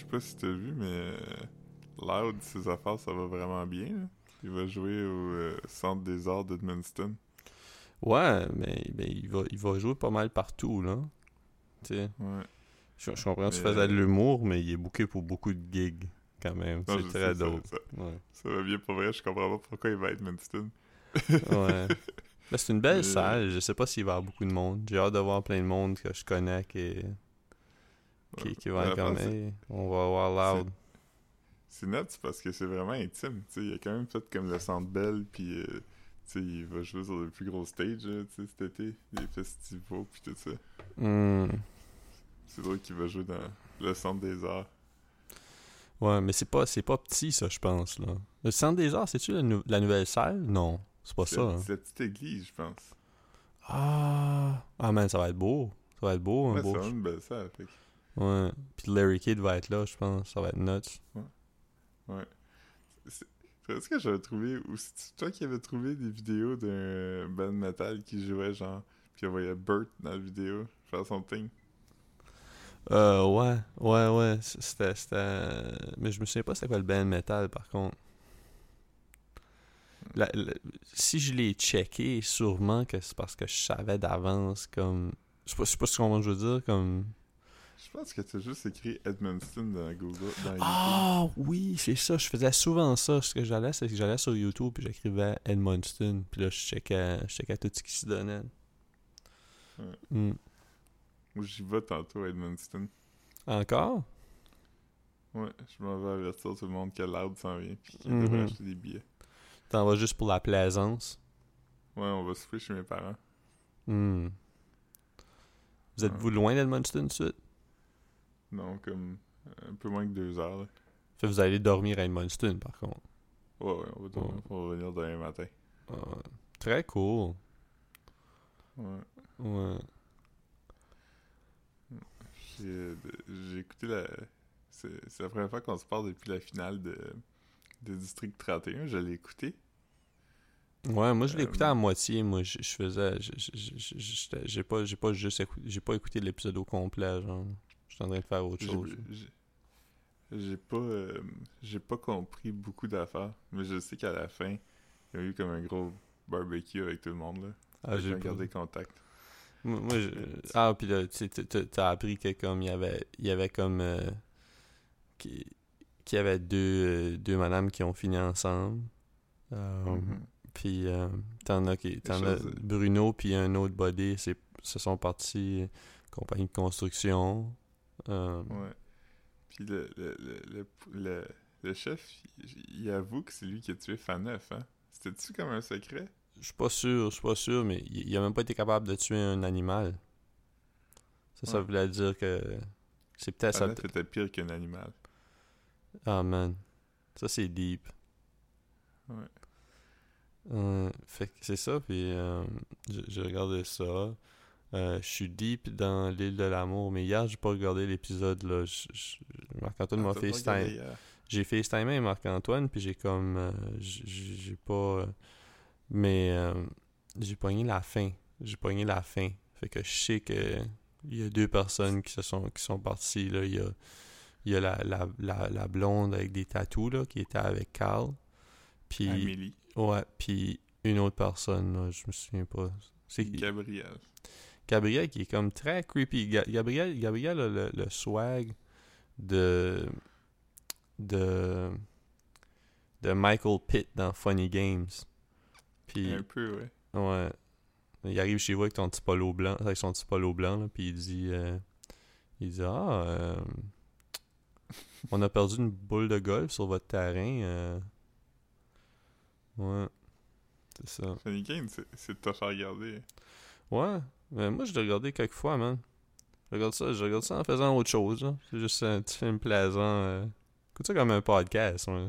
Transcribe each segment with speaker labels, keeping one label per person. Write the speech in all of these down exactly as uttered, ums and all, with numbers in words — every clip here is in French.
Speaker 1: pas si t'as vu, mais euh, Loud, ses affaires, ça va vraiment bien. Là. Il va jouer au euh, Centre des Arts d'Edmundston.
Speaker 2: Ouais, mais ben, il, va, il va jouer pas mal partout, là. Tu sais,
Speaker 1: Ouais.
Speaker 2: je, je comprends que
Speaker 1: Mais
Speaker 2: tu faisais de
Speaker 1: euh,
Speaker 2: l'humour, mais il est booké pour beaucoup de gigs, quand même.
Speaker 1: non,
Speaker 2: C'est
Speaker 1: je sais,
Speaker 2: très
Speaker 1: ça,
Speaker 2: dope.
Speaker 1: ça,
Speaker 2: Ouais.
Speaker 1: ça va bien pour vrai. Je comprends pas pourquoi il va à Edmundston.
Speaker 2: Ouais. Ben, c'est une
Speaker 1: Mais
Speaker 2: belle
Speaker 1: euh,
Speaker 2: salle. Je sais pas s'il va y avoir beaucoup de monde. J'ai hâte de voir plein de monde que je connais qui,
Speaker 1: ouais.
Speaker 2: qui, qui va
Speaker 1: Mais
Speaker 2: être comme,
Speaker 1: l'affaire, c'est,
Speaker 2: hey, on va voir
Speaker 1: c'est,
Speaker 2: Loud.
Speaker 1: c'est nuts parce que c'est vraiment intime. Tu sais, il a quand même fait comme le Centre Bell, puis euh, tu sais, il va jouer sur le plus gros stage là, tu sais, cet été, les festivals, puis tout ça.
Speaker 2: Hmm.
Speaker 1: C'est drôle qu'il va jouer dans le Centre des Arts.
Speaker 2: Ouais, mais c'est pas, c'est pas petit, ça, je pense, là. Le Centre des Arts, c'est-tu la, nou- la nouvelle salle? Non, c'est pas
Speaker 1: C'est
Speaker 2: ça.
Speaker 1: la,
Speaker 2: Hein.
Speaker 1: c'est la petite église, je pense.
Speaker 2: Ah! Ah, man, ça va être beau. Ça va être beau, un
Speaker 1: Ouais, c'est
Speaker 2: beau...
Speaker 1: vraiment une belle salle. Fait que,
Speaker 2: Ouais. Puis Larry Kidd va être là, je pense. Ça va être nuts.
Speaker 1: ouais, ouais. C'est c'est ce que j'avais trouvé, ou c'est toi qui avais trouvé des vidéos d'un band metal qui jouait genre, puis on voyait Burt dans la vidéo faire son thing.
Speaker 2: Euh, ouais, ouais, ouais. C'était, c'était... Mais je me souviens pas c'était quoi le band metal, par contre. La- la- si je l'ai checké, sûrement que c'est parce que je savais d'avance, comme... Je sais pas, je sais pas ce qu'on je veux dire, comme...
Speaker 1: Je pense que t'as juste écrit Edmundston dans Google, dans YouTube.
Speaker 2: Ah oui, c'est ça. Je faisais souvent ça. Ce que j'allais, c'est que j'allais sur YouTube puis j'écrivais Edmundston. Puis là, je checkais, je checkais tout ce qui se donnait.
Speaker 1: Ouais.
Speaker 2: Hmm.
Speaker 1: Moi, j'y vais tantôt à Edmundston.
Speaker 2: Encore?
Speaker 1: Ouais, je m'en vais avertir tout le monde que Loud s'en vient, puis qu'il devrait
Speaker 2: Mhm.
Speaker 1: acheter des billets.
Speaker 2: T'en vas juste pour la plaisance.
Speaker 1: Ouais, on va souper chez mes parents.
Speaker 2: Hmm. Vous
Speaker 1: Ouais.
Speaker 2: êtes-vous loin d'Edmundston tout de suite?
Speaker 1: Non, comme un peu moins que deux heures, là.
Speaker 2: Fait que vous allez dormir à Edmundston, par contre.
Speaker 1: Ouais, ouais, on va, dormir,
Speaker 2: Ouais.
Speaker 1: on va revenir demain matin.
Speaker 2: Ah, très cool.
Speaker 1: Ouais.
Speaker 2: Ouais.
Speaker 1: J'ai, j'ai écouté la... C'est, c'est la première fois qu'on se parle depuis la finale de, de District trente et un. Je l'ai écouté.
Speaker 2: Ouais, moi je l'écoutais
Speaker 1: Euh,
Speaker 2: à moitié. Moi je, je faisais. je- je- je- je- j'étais- J'ai pas, j'ai pas juste écouté, j'ai pas écouté l'épisode au complet, genre. J'étais en train de faire autre
Speaker 1: j'ai,
Speaker 2: chose.
Speaker 1: j'ai, j'ai pas... euh, j'ai pas compris beaucoup d'affaires. Mais je sais qu'à la fin, il y a eu comme un gros barbecue avec tout le monde, là.
Speaker 2: Ah,
Speaker 1: Fait que
Speaker 2: j'ai
Speaker 1: j'ai
Speaker 2: pas.
Speaker 1: gardé contact.
Speaker 2: Moi, moi, je-
Speaker 1: Mais, tu-
Speaker 2: ah, puis là, tu sais, t'as- t'as t'as appris que comme il y avait, il y avait comme euh, qui- qu'il y avait deux, euh, deux madames qui ont fini ensemble. Euh,
Speaker 1: Mhm.
Speaker 2: Puis euh, t'en as qui,
Speaker 1: Les
Speaker 2: t'en as
Speaker 1: choses...
Speaker 2: Bruno puis un autre body, c'est, se sont partis compagnie de construction. Euh,
Speaker 1: Ouais. Puis le, le, le, le, le, le chef, il, il avoue que c'est lui qui a tué Faneuf, hein? C'était-tu comme un secret?
Speaker 2: Je suis pas sûr, je suis pas sûr, mais il, il a même pas été capable de tuer un animal. Ça, ça
Speaker 1: Ouais.
Speaker 2: voulait dire que c'est peut-être ça.
Speaker 1: Faneuf était pire qu'un animal.
Speaker 2: Ah man, ça c'est deep.
Speaker 1: Ouais.
Speaker 2: Euh, fait que c'est ça, puis euh, j'ai j'ai regardé ça. Euh, je suis deep dans l'île de l'amour, mais hier j'ai pas regardé l'épisode là. Je- je- Marc-Antoine
Speaker 1: Ah,
Speaker 2: m'a
Speaker 1: t'as pas regardé
Speaker 2: FaceTime.
Speaker 1: hier?
Speaker 2: J'ai FaceTimé Marc-Antoine, puis j'ai comme. euh, j- j- j'ai pas. euh, mais euh, j'ai pogné la fin. J'ai pogné la fin. Fait que je sais que il y a deux personnes qui se sont qui sont parties là. Il y a, il y a la, la, la, la blonde avec des tatous là qui était avec Carl. Puis
Speaker 1: Amélie.
Speaker 2: ouais, puis une autre personne là, je me souviens pas. C'est
Speaker 1: Gabriel.
Speaker 2: Gabriel qui est comme très creepy. Ga- Gabriel, Gabriel a le, le swag de de de Michael Pitt dans Funny Games. Puis
Speaker 1: Un peu, ouais.
Speaker 2: ouais, il arrive chez vous avec ton petit polo blanc, avec son petit polo blanc là, puis il dit euh, il dit ah euh, on a perdu une boule de golf sur votre terrain. euh. Ouais, c'est ça.
Speaker 1: Funny Game, c'est, c'est tough à regarder.
Speaker 2: Ouais, mais moi je l'ai regardé quelques fois, man. Je regarde ça, je regarde ça en faisant autre chose. Là. C'est juste un petit film plaisant. Euh... Écoute ça comme un podcast. Ouais.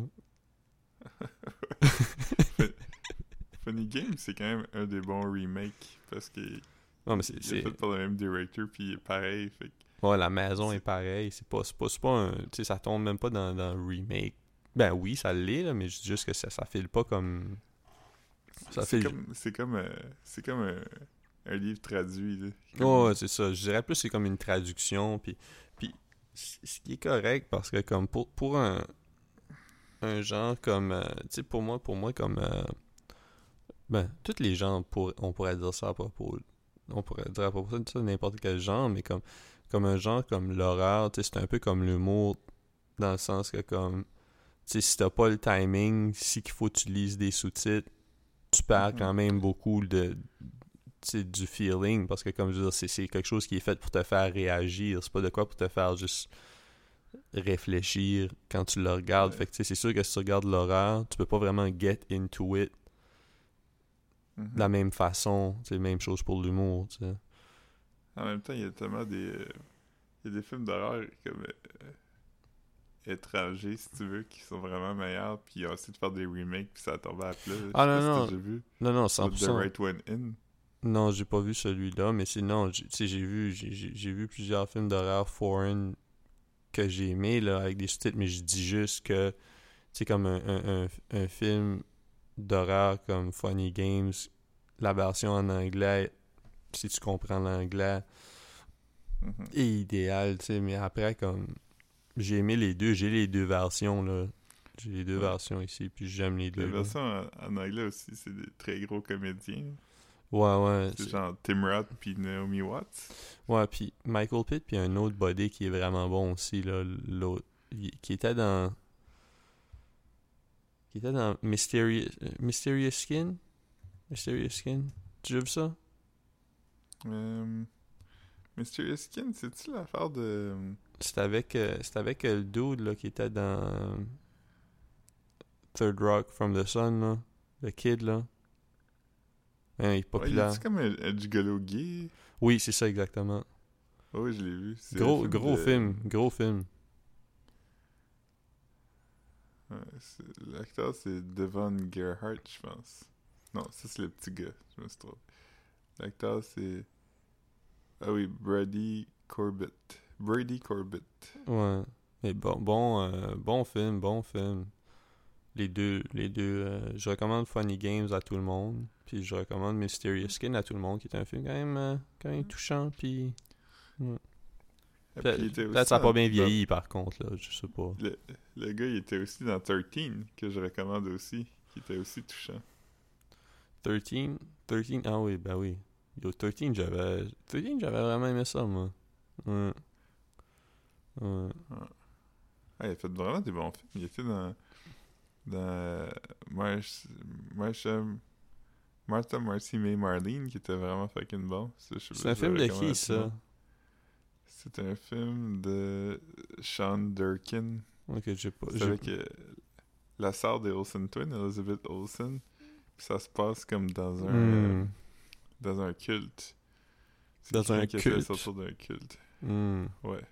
Speaker 1: Funny Game, c'est quand même un des bons remakes parce qu'il
Speaker 2: Non, mais c'est,
Speaker 1: il est
Speaker 2: c'est...
Speaker 1: fait par le même director, puis il est pareil. Fait que
Speaker 2: Ouais, la maison
Speaker 1: c'est-
Speaker 2: est pareille. C'est pas, c'est pas, c'est pas un. Tu sais, ça tombe même pas dans, dans le remake. Ben oui, ça l'est, là, mais je dis juste que ça, ça file pas comme. Ça
Speaker 1: c'est
Speaker 2: file.
Speaker 1: comme, c'est comme, euh, c'est comme un, un livre traduit. Là.
Speaker 2: Oh,
Speaker 1: Comme-
Speaker 2: ouais, c'est ça. Je dirais plus que c'est comme une traduction. Puis, puis c- ce qui est correct parce que comme pour, pour un, un genre comme euh, tu sais pour moi pour moi comme euh, ben tous les genres pour, on pourrait dire ça à propos on pourrait dire à propos de ça n'importe quel genre mais comme comme un genre comme l'horreur tu sais c'est un peu comme l'humour dans le sens que comme tu sais si t'as pas le timing si qu'il faut que tu lises des sous-titres tu perds
Speaker 1: Mhm.
Speaker 2: quand même beaucoup de tu sais, du feeling parce que comme je veux dire c'est, c'est quelque chose qui est fait pour te faire réagir c'est pas de quoi pour te faire juste réfléchir quand tu le regardes.
Speaker 1: Ouais.
Speaker 2: Fait que tu sais, c'est sûr que si tu regardes l'horreur, tu peux pas vraiment get into it de la
Speaker 1: Mhm.
Speaker 2: même façon. C'est la même chose pour l'humour, tu sais.
Speaker 1: En même temps, il y a tellement des... euh, il y a des films d'horreur comme euh, étrangers, si tu veux, qui sont vraiment meilleurs, puis ils ont essayé de faire des remakes, puis ça a tombé à plat. Je
Speaker 2: Ah
Speaker 1: sais pas
Speaker 2: non,
Speaker 1: si t'as
Speaker 2: non,
Speaker 1: déjà vu
Speaker 2: non, non,
Speaker 1: Let the
Speaker 2: cent pour cent.
Speaker 1: Right One In.
Speaker 2: Non, j'ai pas vu celui-là, mais sinon, tu sais, j'ai vu, j'ai, j'ai j'ai vu plusieurs films d'horreur foreign que j'ai aimés, là, avec des sous-titres, mais je dis juste que, tu sais, comme un, un, un, un film d'horreur comme Funny Games, la version en anglais, si tu comprends l'anglais,
Speaker 1: Mhm.
Speaker 2: est idéal, tu sais, mais après, comme, j'ai aimé les deux, j'ai les deux versions, là. J'ai les deux
Speaker 1: Ouais.
Speaker 2: versions ici, puis j'aime les
Speaker 1: La
Speaker 2: deux, là.
Speaker 1: version en, en anglais aussi, c'est des très gros comédiens.
Speaker 2: Ouais, ouais,
Speaker 1: C'est
Speaker 2: c'est-
Speaker 1: genre Tim Roth puis Naomi Watts.
Speaker 2: ouais, puis Michael Pitt, puis un autre body qui est vraiment bon aussi, là, l'autre, il- qui était dans, qui était dans Mysterious, euh, Mysterious Skin? Mysterious Skin? Tu as vu ça?
Speaker 1: Euh, Mysterious Skin, c'est-tu l'affaire de...
Speaker 2: C'est avec, euh, c'est avec euh, le dude, là, qui était dans euh, Third Rock from the Sun, là, le kid, là. Hein, il est
Speaker 1: Ouais, il est-tu
Speaker 2: populaire.
Speaker 1: comme un, un gigolo gay?
Speaker 2: Oui, c'est ça exactement.
Speaker 1: Ah oui, je l'ai vu. C'est un
Speaker 2: Gros,
Speaker 1: film
Speaker 2: gros
Speaker 1: de...
Speaker 2: film, gros film.
Speaker 1: Ouais, c'est- l'acteur, c'est Devon Gerhardt, je pense. Non, ça, c'est le petit gars. Je me suis trompé. L'acteur, c'est... Ah oui, Brady Corbett. Brady Corbett.
Speaker 2: Ouais. Mais bon, bon, euh, bon film, bon film. Les deux, les deux. euh, je recommande Funny Games à tout le monde. Puis je recommande Mysterious Skin à tout le monde, qui est un film quand même, euh, quand même touchant. Puis ouais.
Speaker 1: Et puis, il
Speaker 2: Peut-être
Speaker 1: était
Speaker 2: peut-être
Speaker 1: aussi
Speaker 2: ça a pas
Speaker 1: dans...
Speaker 2: bien
Speaker 1: dans-
Speaker 2: vieilli par contre, là. Je sais pas.
Speaker 1: le, le gars, il était aussi dans treize, que je recommande aussi, qui était aussi touchant.
Speaker 2: treize? treize? Ah oui, ben oui. Yo, treize, j'avais. treize, j'avais vraiment aimé ça, moi. Ouais. Ouais.
Speaker 1: Ouais. Ah, il a fait vraiment des bons films. Il était dans... dans... euh, Marsh... Marshall... Martha Marcy May Marlene, qui était vraiment fucking bon. Ça, je,
Speaker 2: C'est un
Speaker 1: je le
Speaker 2: film de
Speaker 1: recommande
Speaker 2: qui,
Speaker 1: à tout le
Speaker 2: ça?
Speaker 1: monde. C'est un film de Sean Durkin.
Speaker 2: Ok, j'ai pas.
Speaker 1: C'est
Speaker 2: J'ai...
Speaker 1: avec euh, la sœur des Olsen Twins, Elizabeth Olsen. Puis ça se passe comme dans un euh,
Speaker 2: Hmm.
Speaker 1: dans un culte. C'est
Speaker 2: Dans
Speaker 1: quelqu'un
Speaker 2: un
Speaker 1: qui essaie de
Speaker 2: culte.
Speaker 1: sortir d'un culte.
Speaker 2: Hmm.
Speaker 1: Ouais.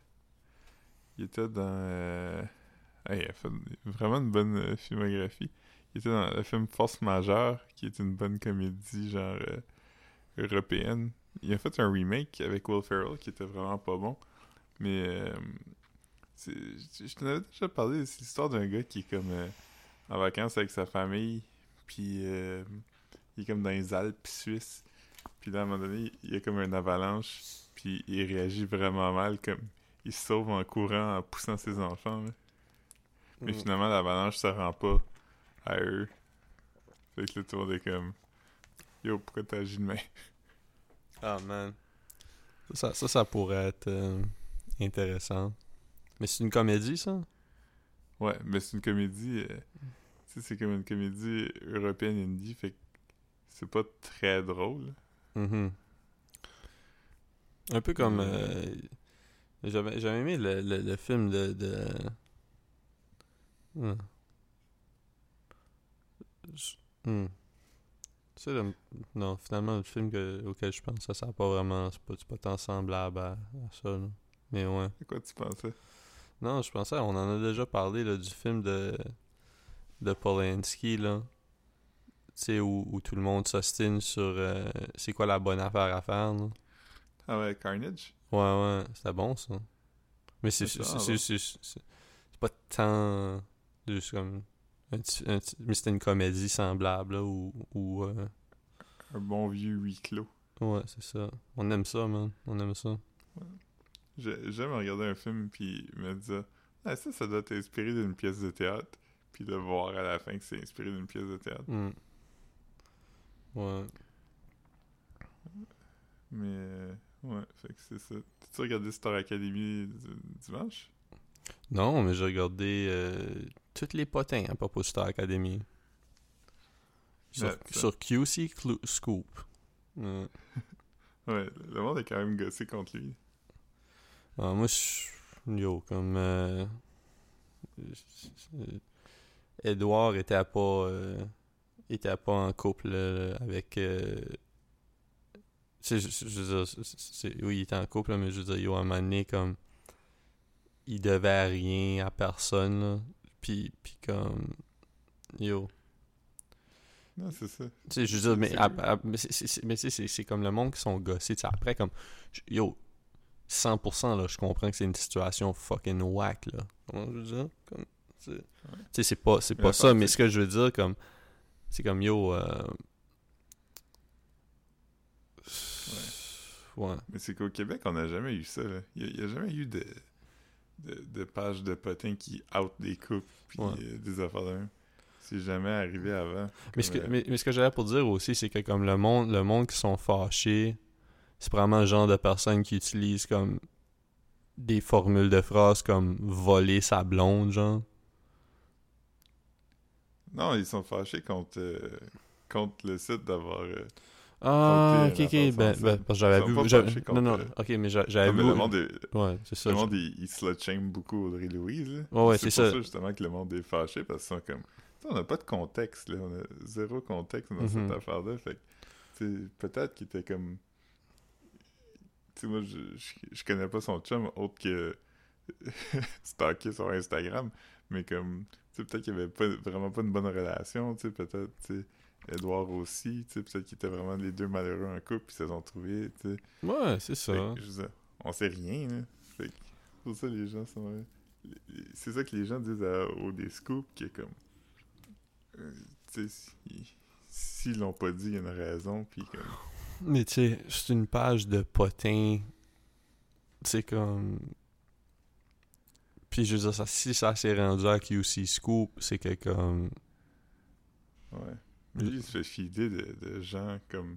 Speaker 1: Il était dans... Euh... hey, il a fait vraiment une bonne euh, filmographie. Il était dans le film Force majeure, qui est une bonne comédie genre euh, européenne. Il a fait un remake avec Will Ferrell qui était vraiment pas bon. Mais euh, c'est- je je t'en avais déjà parlé, c'est l'histoire d'un gars qui est comme euh, en vacances avec sa famille, puis euh, il est comme dans les Alpes suisses. Puis là, à un moment donné, il y a comme une avalanche, puis il réagit vraiment mal, comme il se sauve en courant, en poussant ses enfants. Là. Mais
Speaker 2: Hmm.
Speaker 1: finalement, l'avalanche se rend pas à eux. Fait que là, tout le monde est comme Yo, pourquoi t'agis de même?
Speaker 2: Ah, man. Ça, ça, ça pourrait être euh, intéressant. Mais c'est une comédie, ça?
Speaker 1: Ouais, mais c'est une comédie. euh, tu sais, c'est comme une comédie européenne indie, fait que c'est pas très drôle.
Speaker 2: Mhm. Un peu comme.
Speaker 1: Mais,
Speaker 2: euh, j'avais, j'avais aimé le, le, le film de. de... Hmm. Je- hmm. Tu sais, le- non, finalement, le film que- auquel je pense, ça, ça n'a pas vraiment. C'est pas, c'est pas tant semblable à, à ça, là. Mais ouais.
Speaker 1: à quoi tu pensais?
Speaker 2: Non, je pensais, on en a déjà parlé, là, du film de. de Polanski, là. Tu sais, où, où tout le monde s'ostine sur euh, c'est quoi la bonne affaire à faire, là.
Speaker 1: Ah ouais, Carnage?
Speaker 2: Ouais, ouais, c'était bon, ça. Mais c'est
Speaker 1: Ouais, c'est
Speaker 2: c'est
Speaker 1: vraiment
Speaker 2: c'est
Speaker 1: bon.
Speaker 2: c'est- c'est- c'est pas tant juste comme un petit, un petit- mais c'était une comédie semblable là où, où euh,
Speaker 1: Un bon vieux huis clos.
Speaker 2: ouais c'est ça, on aime ça man, on aime ça.
Speaker 1: j'ai- j'aime regarder un film puis me dire ah, ça, ça doit être inspiré d'une pièce de théâtre. Puis de voir à la fin que c'est inspiré d'une pièce de théâtre.
Speaker 2: Mm. Ouais.
Speaker 1: Mais, euh, ouais, fait que c'est ça. T'as-tu regardé Star Academy du- dimanche?
Speaker 2: Non, mais j'ai regardé euh, tous les potins à propos de Star Academy. Sur,
Speaker 1: Ouais, ça.
Speaker 2: sur Q C Clu- Scoop. Ouais.
Speaker 1: Ouais, le monde est quand même gossé contre lui.
Speaker 2: Ah, moi, je... Yo, comme... Euh... Edouard était pas... Euh... était pas en couple là, avec... Euh... Tu sais, je, je veux dire, c'est- c'est- oui, il était en couple, là, mais je veux dire, yo, à un moment donné, comme... Il devait rien à personne, là. Puis, puis comme... Yo...
Speaker 1: Non, c'est ça.
Speaker 2: Tu sais, je veux dire, mais,
Speaker 1: C'est-
Speaker 2: à- à- mais c'est- c'est c'est- mais tu sais, c'est- c'est comme le monde qui sont gossés. Tu sais, après, comme, je- yo, cent pour cent, là, je comprends que c'est une situation fucking whack, là. Comment je veux dire? Comme, tu sais, tu sais, c'est pas, c'est
Speaker 1: Mais
Speaker 2: pas
Speaker 1: la
Speaker 2: ça,
Speaker 1: part,
Speaker 2: mais
Speaker 1: c'est
Speaker 2: ce que je veux dire, comme, c'est comme, yo, euh... ouais.
Speaker 1: Mais c'est qu'au Québec, on n'a jamais eu ça. Là. Il n'y a, a jamais eu de, de, de pages de potins qui out des couples puis
Speaker 2: Ouais.
Speaker 1: euh, des affaires de même. C'est jamais arrivé avant.
Speaker 2: Mais ce, que,
Speaker 1: Comme, euh,
Speaker 2: mais, mais ce que j'avais pour dire aussi, c'est que comme le monde, le monde qui sont fâchés, c'est probablement le genre de personnes qui utilisent comme des formules de phrases comme voler sa blonde, genre.
Speaker 1: Non, ils sont fâchés contre, euh, contre le site d'avoir... euh,
Speaker 2: Ah,
Speaker 1: Compter
Speaker 2: ok,
Speaker 1: une
Speaker 2: ok,
Speaker 1: affaire
Speaker 2: ben,
Speaker 1: sans
Speaker 2: ben,
Speaker 1: scène.
Speaker 2: parce que j'avais
Speaker 1: Ils sont
Speaker 2: vu...
Speaker 1: pas
Speaker 2: j'avais-
Speaker 1: fâchés
Speaker 2: non, non,
Speaker 1: contre,
Speaker 2: ok, mais j'a- j'avais
Speaker 1: Non, mais
Speaker 2: vu...
Speaker 1: le monde, est,
Speaker 2: Ouais, c'est ça.
Speaker 1: le
Speaker 2: je-
Speaker 1: monde il, il slut-shame beaucoup Audrey-Louise. là.
Speaker 2: Ouais, ouais,
Speaker 1: c'est
Speaker 2: c'est
Speaker 1: pour
Speaker 2: ça.
Speaker 1: ça justement que le monde est fâché parce qu'ils sont comme... Tu sais, on n'a pas de contexte, là. On a zéro contexte dans
Speaker 2: Mhm.
Speaker 1: cette affaire-là. Fait que, tu sais, peut-être qu'il était comme... Tu sais, moi, je, je, je connais pas son chum autre que stalker sur Instagram, mais comme... Tu sais, peut-être qu'il y avait pas, vraiment pas une bonne relation, tu sais, peut-être, tu sais... Edouard aussi, tu sais, peut-être qu'ils étaient vraiment les deux malheureux en couple, puis ils se sont trouvés, tu sais.
Speaker 2: Ouais, c'est ça.
Speaker 1: Fait que, je veux dire, on sait rien, là. Fait que, pour ça, les gens sont... euh, c'est ça que les gens disent à, au des scoops, qui est comme... euh, tu sais, s'ils s'ils l'ont pas dit, il y a une raison, puis comme...
Speaker 2: Mais tu sais, c'est une page de potin. C'est comme... Puis je veux dire, ça, si ça s'est rendu à Q C Scoop, c'est que comme...
Speaker 1: Ouais. Mais lui, il se fait fider de, de gens comme...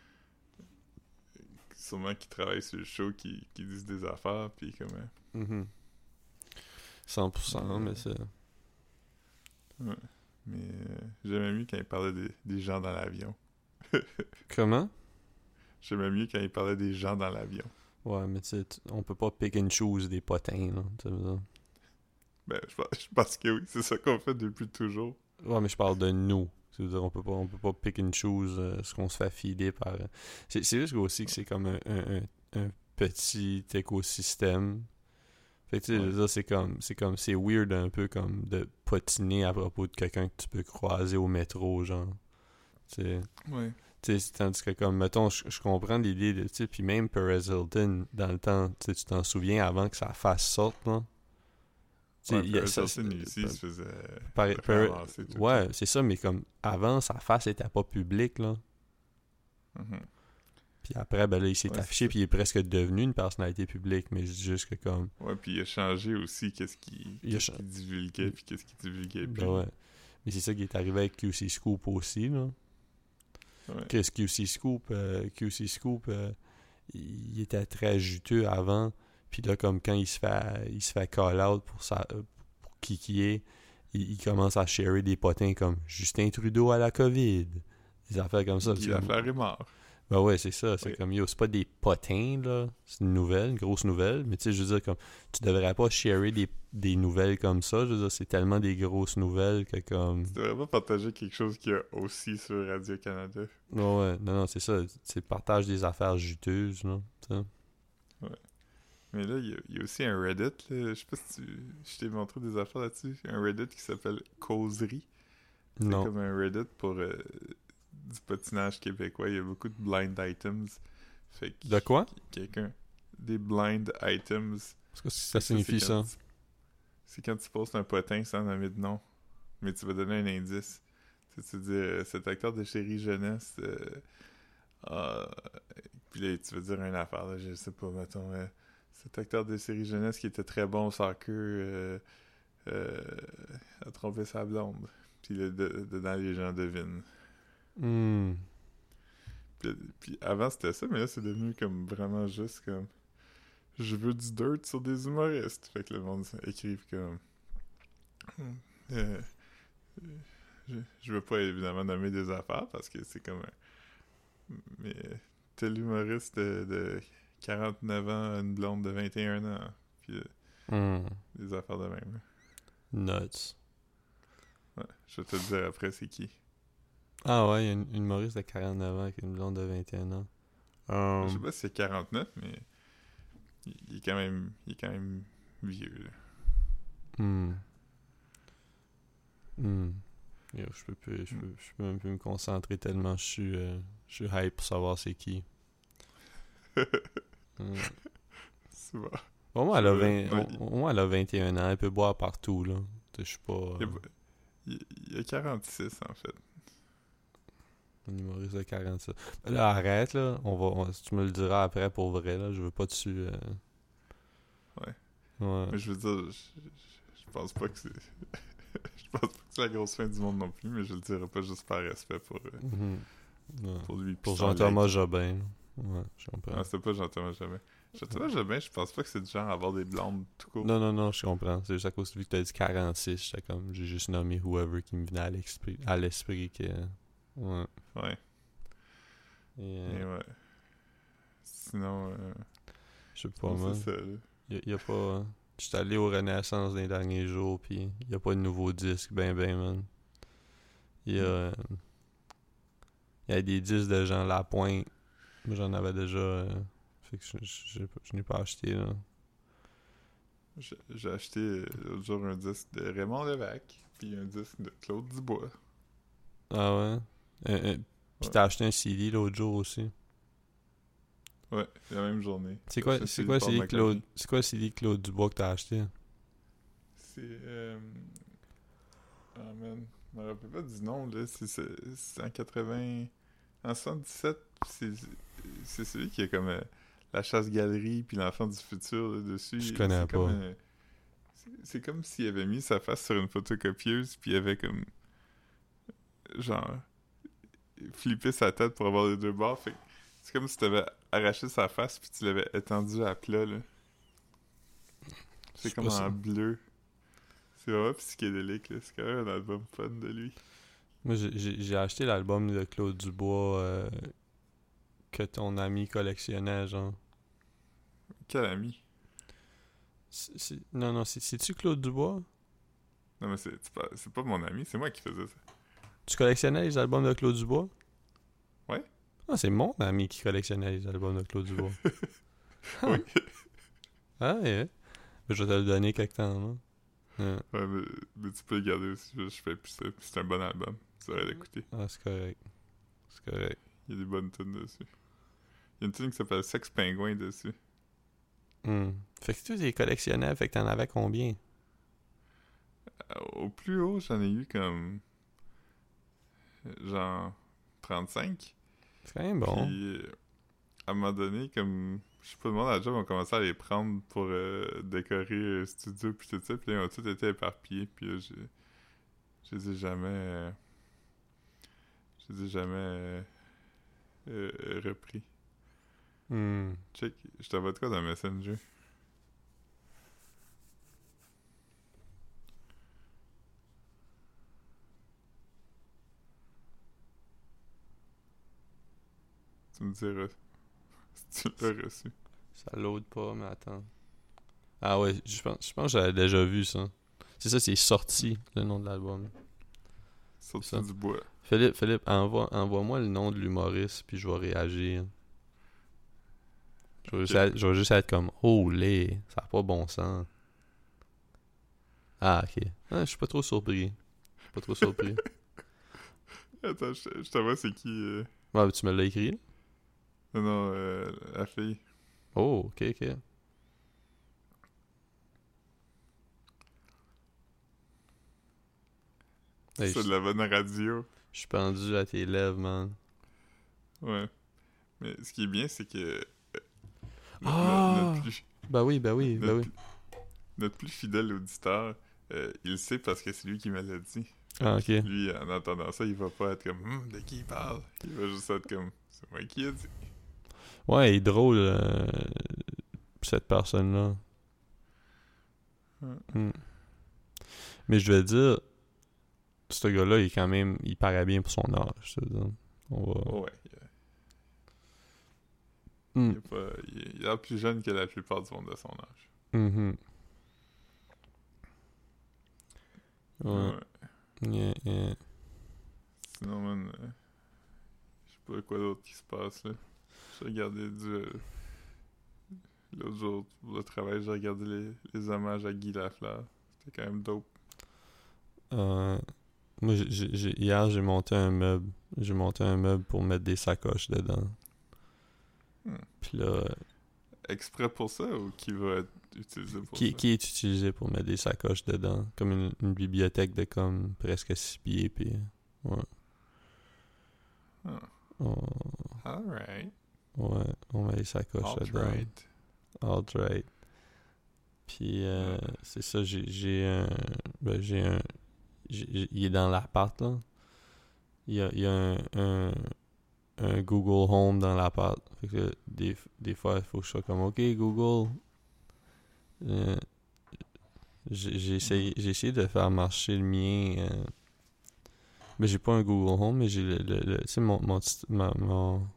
Speaker 1: Sûrement qui travaillent sur le show, qui, qui disent des affaires, puis comme... euh,
Speaker 2: Mhm. cent pour cent, mais c'est...
Speaker 1: ouais. Mais euh, j'aimais mieux quand il parlait des, des gens dans l'avion.
Speaker 2: Comment?
Speaker 1: J'aimais mieux quand il parlait des gens dans l'avion.
Speaker 2: Ouais, mais tu sais, t- on peut pas pick and choose des potins, là. Tu sais, ça.
Speaker 1: Ben, je pense, je pense que oui, c'est ça qu'on fait depuis toujours.
Speaker 2: Ouais, mais je parle de nous. C'est-à-dire, on peut pas, on peut pas pick and choose euh, ce qu'on se fait filer par... euh, C'est, c'est juste aussi que c'est comme un, un, un, un petit écosystème. Fait que tu sais, je veux
Speaker 1: Ouais.
Speaker 2: dire, c'est comme, c'est comme, c'est weird un peu comme de potiner à propos de quelqu'un que tu peux croiser au métro, genre. Tu sais,
Speaker 1: Ouais.
Speaker 2: tu sais, tandis que comme, mettons, je, je comprends l'idée de, tu sais, puis même Perez Hilton, dans le temps, tu sais, tu t'en souviens avant que sa face sorte, là? Tu sais,
Speaker 1: Ouais,
Speaker 2: il y a-
Speaker 1: Paris
Speaker 2: ça,
Speaker 1: Hilton,
Speaker 2: c'est-
Speaker 1: ici, il se faisait
Speaker 2: Par- par-
Speaker 1: ramasser tout le
Speaker 2: ouais,
Speaker 1: temps.
Speaker 2: c'est ça, mais comme avant, sa face était pas publique, là.
Speaker 1: Mhm.
Speaker 2: Puis après, ben là, il s'est
Speaker 1: Ouais,
Speaker 2: affiché,
Speaker 1: c'est
Speaker 2: puis il est presque devenu une personnalité publique, mais je dis juste que comme...
Speaker 1: Ouais, puis il a changé aussi qu'est-ce qu'il
Speaker 2: Il a
Speaker 1: qu'est-ce
Speaker 2: cha-
Speaker 1: qu'il divulguait, puis qu'est-ce qu'il divulguait plus.
Speaker 2: Ben ouais. Mais c'est ça qui est arrivé avec Q C Scoop aussi, là.
Speaker 1: Ouais.
Speaker 2: Qu'est-ce Q C Scoop? euh, Q C Scoop, euh, il était très juteux avant, puis là, comme quand il se fait, il se fait call-out pour, sa, euh, pour qui qui est, il, il commence à sharer des potins comme Justin Trudeau à la COVID. Des affaires comme ça.
Speaker 1: Guy
Speaker 2: c'est comme-
Speaker 1: Lafleur est mort.
Speaker 2: Ben ouais, c'est ça. C'est
Speaker 1: Oui.
Speaker 2: comme, yo, c'est pas des potins, là. C'est une nouvelle, une grosse nouvelle. Mais tu sais, je veux dire, comme, tu devrais pas sharer des, des nouvelles comme ça. Je veux dire, c'est tellement des grosses nouvelles que comme...
Speaker 1: Tu devrais pas partager quelque chose qu'il y a aussi sur Radio-Canada.
Speaker 2: Ouais, ouais. Non, non, c'est ça. C'est partage des affaires juteuses, là. Tu sais.
Speaker 1: Mais là, il y, a, il y a aussi un Reddit, là. Je sais pas si tu... je t'ai montré des affaires là-dessus. Un Reddit qui s'appelle Causerie. C'est
Speaker 2: Non.
Speaker 1: comme un Reddit pour euh, du patinage québécois. Il y a beaucoup de blind items. Fait que
Speaker 2: De quoi?
Speaker 1: quelqu'un... Des blind items.
Speaker 2: Qu'est-ce que ça
Speaker 1: C'est-
Speaker 2: signifie,
Speaker 1: c'est
Speaker 2: ça?
Speaker 1: quand tu- C'est quand tu postes un potin sans nommer de nom. Mais tu vas donner un indice. Tu sais, tu dis, euh, cet acteur de Chérie Jeunesse... Euh, ah, puis là, tu vas dire une affaire, là, je sais pas, mettons... euh, cet acteur de série jeunesse qui était très bon au soccer euh, euh, a trompé sa blonde. Puis là, de- dedans, les gens devinent.
Speaker 2: Hmm.
Speaker 1: Puis, puis avant, c'était ça, mais là, c'est devenu comme vraiment juste comme... Je veux du dirt sur des humoristes. Fait que le monde écrive comme... Euh, je, je veux pas évidemment nommer des affaires parce que c'est comme... un- Mais tel humoriste de, de quarante-neuf ans a une blonde de vingt et un ans. Puis euh,
Speaker 2: Hmm.
Speaker 1: des affaires de même.
Speaker 2: Nuts.
Speaker 1: Ouais, je vais te le dire après c'est qui.
Speaker 2: Ah ouais, il y a une, une humoriste de quarante-neuf ans avec une blonde de vingt et un ans.
Speaker 1: Je sais
Speaker 2: Um,
Speaker 1: pas si c'est quarante-neuf, mais il, il est quand même il est quand même vieux. Là.
Speaker 2: hmm. Hmm. Yo, je peux plus, je peux, je peux même plus me concentrer tellement je suis, euh, je suis hype pour savoir c'est qui. Hmm.
Speaker 1: C'est bon.
Speaker 2: Au moins, elle a
Speaker 1: Je-
Speaker 2: vingt,
Speaker 1: non,
Speaker 2: au, au moins, elle a vingt et un ans. Elle peut boire partout, là. Je suis pas
Speaker 1: Il,
Speaker 2: euh,
Speaker 1: y a, il- il y a quarante-six en fait.
Speaker 2: un humoriste de quarante-sept. Mais là, arrête, là. On va, on- tu me le diras après pour vrai, là. Je veux pas dessus. Euh...
Speaker 1: Ouais.
Speaker 2: Ouais.
Speaker 1: Mais je veux dire, je, je, je pense pas que c'est. Je pense pas que c'est la grosse fin du monde non plus, mais je le dirai pas juste par respect pour, euh,
Speaker 2: Mhm. Ouais.
Speaker 1: pour lui. pis
Speaker 2: Pour
Speaker 1: son
Speaker 2: Jean-Thomas
Speaker 1: like.
Speaker 2: Jobin. là. Ouais, je comprends.
Speaker 1: Non, c'était pas Jean-Thomas Jobin. Jean-Thomas Jobin, je pense pas que c'est du genre à avoir des blondes tout court.
Speaker 2: Non, non, non, je comprends. C'est juste à cause vu que t'as dit quarante-six, j'étais comme, j'ai juste nommé whoever qui me venait à l'esprit, à l'esprit que... Ouais.
Speaker 1: Ouais.
Speaker 2: Et,
Speaker 1: Et
Speaker 2: euh,
Speaker 1: ouais. Sinon, euh,
Speaker 2: je sais pas,
Speaker 1: non,
Speaker 2: man.
Speaker 1: c'est ça. Là.
Speaker 2: Y a, y a pas... J'étais allé au Renaissance dans les derniers jours, pis y a pas de nouveaux disques, ben ben, man. Y a... euh, y a des disques de Jean Lapointe. Moi, j'en avais déjà... euh, fait que je, je, je, je n'ai pas acheté, là.
Speaker 1: J'ai j'ai acheté euh, l'autre jour un disque de Raymond Lévesque, puis un disque de Claude Dubois.
Speaker 2: Ah ouais? Euh, euh, pis
Speaker 1: Ouais.
Speaker 2: t'as acheté un C D l'autre jour aussi.
Speaker 1: Ouais, la même journée.
Speaker 2: C'est
Speaker 1: J'ai
Speaker 2: quoi,
Speaker 1: acheté un
Speaker 2: c'est
Speaker 1: C D
Speaker 2: quoi le
Speaker 1: Paul
Speaker 2: C D
Speaker 1: McCartney.
Speaker 2: Claude, c'est quoi le C D Claude Dubois que t'as acheté?
Speaker 1: C'est. Euh... Ah man, je me rappelle pas du nom, là. C'est, c'est, c'est en quatre-vingts. En soixante-dix-sept, c'est, c'est celui qui a comme euh, la chasse-galerie puis l'enfant du futur là, dessus.
Speaker 2: Je
Speaker 1: Il-
Speaker 2: connais
Speaker 1: c'est
Speaker 2: pas.
Speaker 1: Comme, euh, c'est, c'est comme s'il avait mis sa face sur une photocopieuse puis il avait comme. Genre. Flippé sa tête pour avoir les deux bords. Fait que c'est comme si t'avais arraché sa face puis tu l'avais étendu à plat, là. C'est
Speaker 2: sais
Speaker 1: comme
Speaker 2: pas
Speaker 1: en
Speaker 2: ça.
Speaker 1: bleu. C'est vraiment psychédélique, là. C'est quand même un album fun de lui.
Speaker 2: Moi, j'ai- j'ai j'ai acheté l'album de Claude Dubois euh, que ton ami collectionnait, genre.
Speaker 1: Quel ami?
Speaker 2: C'est- c'est- non, non, c'est- c'est-tu Claude Dubois?
Speaker 1: Non, mais c'est, c'est pas, c'est pas mon ami, c'est moi qui faisais ça.
Speaker 2: Tu collectionnais les albums de Claude Dubois?
Speaker 1: Ouais.
Speaker 2: Ah, c'est mon ami qui collectionnait les albums de Claude Dubois.
Speaker 1: Oui.
Speaker 2: Ah, ouais. Je vais te le donner quelque temps, là. Ouais.
Speaker 1: Ouais, mais, mais tu peux le garder aussi, je, je fais plus ça. Puis c'est un bon album, tu devrais l'écouter.
Speaker 2: Ah, c'est correct. C'est correct.
Speaker 1: Il y a des bonnes tunes dessus. Il y a une tune qui s'appelle Sex Penguin dessus.
Speaker 2: Hmm. Fait que tu les collectionnais, fait que t'en avais combien?
Speaker 1: Euh, Au plus haut, j'en ai eu comme. Genre. trente-cinq.
Speaker 2: C'est quand même bon.
Speaker 1: Puis, euh, à un moment donné, comme. Je sais pas, le monde à la job ont commencé à les prendre pour euh, décorer le studio, puis tout ça. Puis là, ils ont tous été éparpillés. Puis là, je. Je les ai jamais. euh, Je les ai jamais. euh, euh, repris.
Speaker 2: Hmm.
Speaker 1: Check, je t'envoie de quoi dans Messenger? Tu me diras si tu l'as reçu.
Speaker 2: Ça load pas, mais attends. Ah ouais, je pense, je pense que j'avais déjà vu ça. C'est ça, c'est sorti, le nom de l'album.
Speaker 1: Sorti
Speaker 2: Ça.
Speaker 1: du bois.
Speaker 2: Philippe, Philippe, envoie, envoie-moi le nom de l'humoriste, puis je vais réagir. Je vais,
Speaker 1: Ok.
Speaker 2: juste, être, je vais juste être comme, oh les, ça n'a pas bon sens. Ah, ok. Ah, je suis pas trop surpris. Je suis pas trop surpris.
Speaker 1: Attends, je, je t'envoie c'est qui. euh,
Speaker 2: Ouais, tu me l'as écrit, là?
Speaker 1: Non, non, euh, la fille.
Speaker 2: Oh, ok, ok. Hey,
Speaker 1: C'est
Speaker 2: je
Speaker 1: de la bonne radio.
Speaker 2: je suis pendu à tes lèvres, man.
Speaker 1: Ouais. Mais ce qui est bien, c'est que. Notre,
Speaker 2: Ah!
Speaker 1: notre plus,
Speaker 2: Ben oui, ben oui, ben
Speaker 1: notre,
Speaker 2: oui.
Speaker 1: notre plus fidèle auditeur, euh, il le sait parce que c'est lui qui me l'a dit.
Speaker 2: Ah, ok.
Speaker 1: Lui, en entendant ça, il va pas être comme Hum, de qui il parle? Il va juste être comme c'est moi qui ai dit.
Speaker 2: Ouais, il est drôle, euh, cette personne-là.
Speaker 1: Ouais.
Speaker 2: Hmm. Mais je vais dire, ce gars-là, il est quand même, il paraît bien pour son âge, je veux dire. On va...
Speaker 1: Oh, ouais. Il,
Speaker 2: Hmm.
Speaker 1: il est pas, il, est, il est plus jeune que la plupart du monde de son âge.
Speaker 2: Mhm. Ouais.
Speaker 1: Ouais.
Speaker 2: Yeah, yeah.
Speaker 1: Sinon, man, euh, je sais pas quoi d'autre qui se passe là. J'ai regardé du. euh, L'autre jour, pour le travail, j'ai regardé les, les hommages à Guy Lafleur. C'était quand même dope.
Speaker 2: Euh, moi, j'ai, j'ai- hier, j'ai monté un meuble. J'ai monté un meuble pour mettre des sacoches dedans.
Speaker 1: Hmm.
Speaker 2: Puis là,
Speaker 1: Exprès pour ça ou qui va être utilisé pour
Speaker 2: qui,
Speaker 1: ça?
Speaker 2: qui est utilisé pour mettre des sacoches dedans? Comme une, une bibliothèque de comme presque six pieds, puis ouais.
Speaker 1: Ah.
Speaker 2: On,
Speaker 1: Alright.
Speaker 2: ouais, on met les sacoches dedans.
Speaker 1: Alt-right.
Speaker 2: Alt-right. Puis euh,
Speaker 1: Ouais.
Speaker 2: c'est ça, j'ai, j'ai un... Ben, j'ai un... j'ai- j'ai- il est dans l'appart, là. Il y a, il y a un, un, un Google Home dans l'appart. Fait que des, des fois, il faut que je sois comme, OK, Google. Euh, j'ai, j'ai, essayé, j'ai essayé de faire marcher le mien. Euh, mais j'ai pas un Google Home, mais j'ai le... le, le tu sais, mon, mon, petit- ma- mon...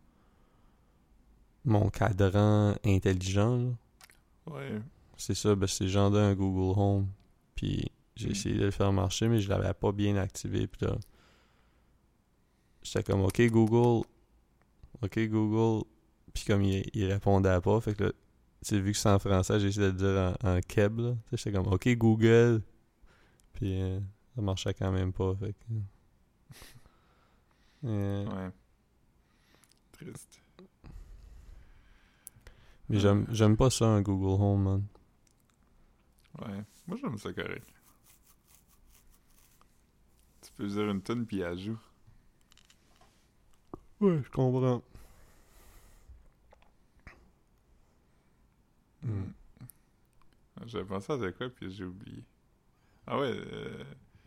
Speaker 2: Mon cadran intelligent, là.
Speaker 1: Ouais.
Speaker 2: C'est ça, ben c'est genre d'un Google Home. Puis j'ai
Speaker 1: Mm.
Speaker 2: essayé de le faire marcher, mais je l'avais pas bien activé. Puis là, j'étais comme, OK Google, OK Google. Puis comme il, il répondait pas, fait que là, tu sais, vu que c'est en français, j'ai essayé de le dire en, en keb, là. Tu sais, j'étais comme, OK Google. Puis euh, ça marchait quand même pas, fait que... Euh,
Speaker 1: Ouais. Triste.
Speaker 2: mais j'aime,
Speaker 1: Euh,
Speaker 2: j'aime pas ça, un Google Home, man.
Speaker 1: Ouais. Moi, j'aime ça correct. Tu peux dire une tonne puis elle joue.
Speaker 2: Ouais, je comprends.
Speaker 1: Mm.
Speaker 2: Mm.
Speaker 1: J'avais pensé à de quoi puis j'ai oublié. Ah ouais. Euh...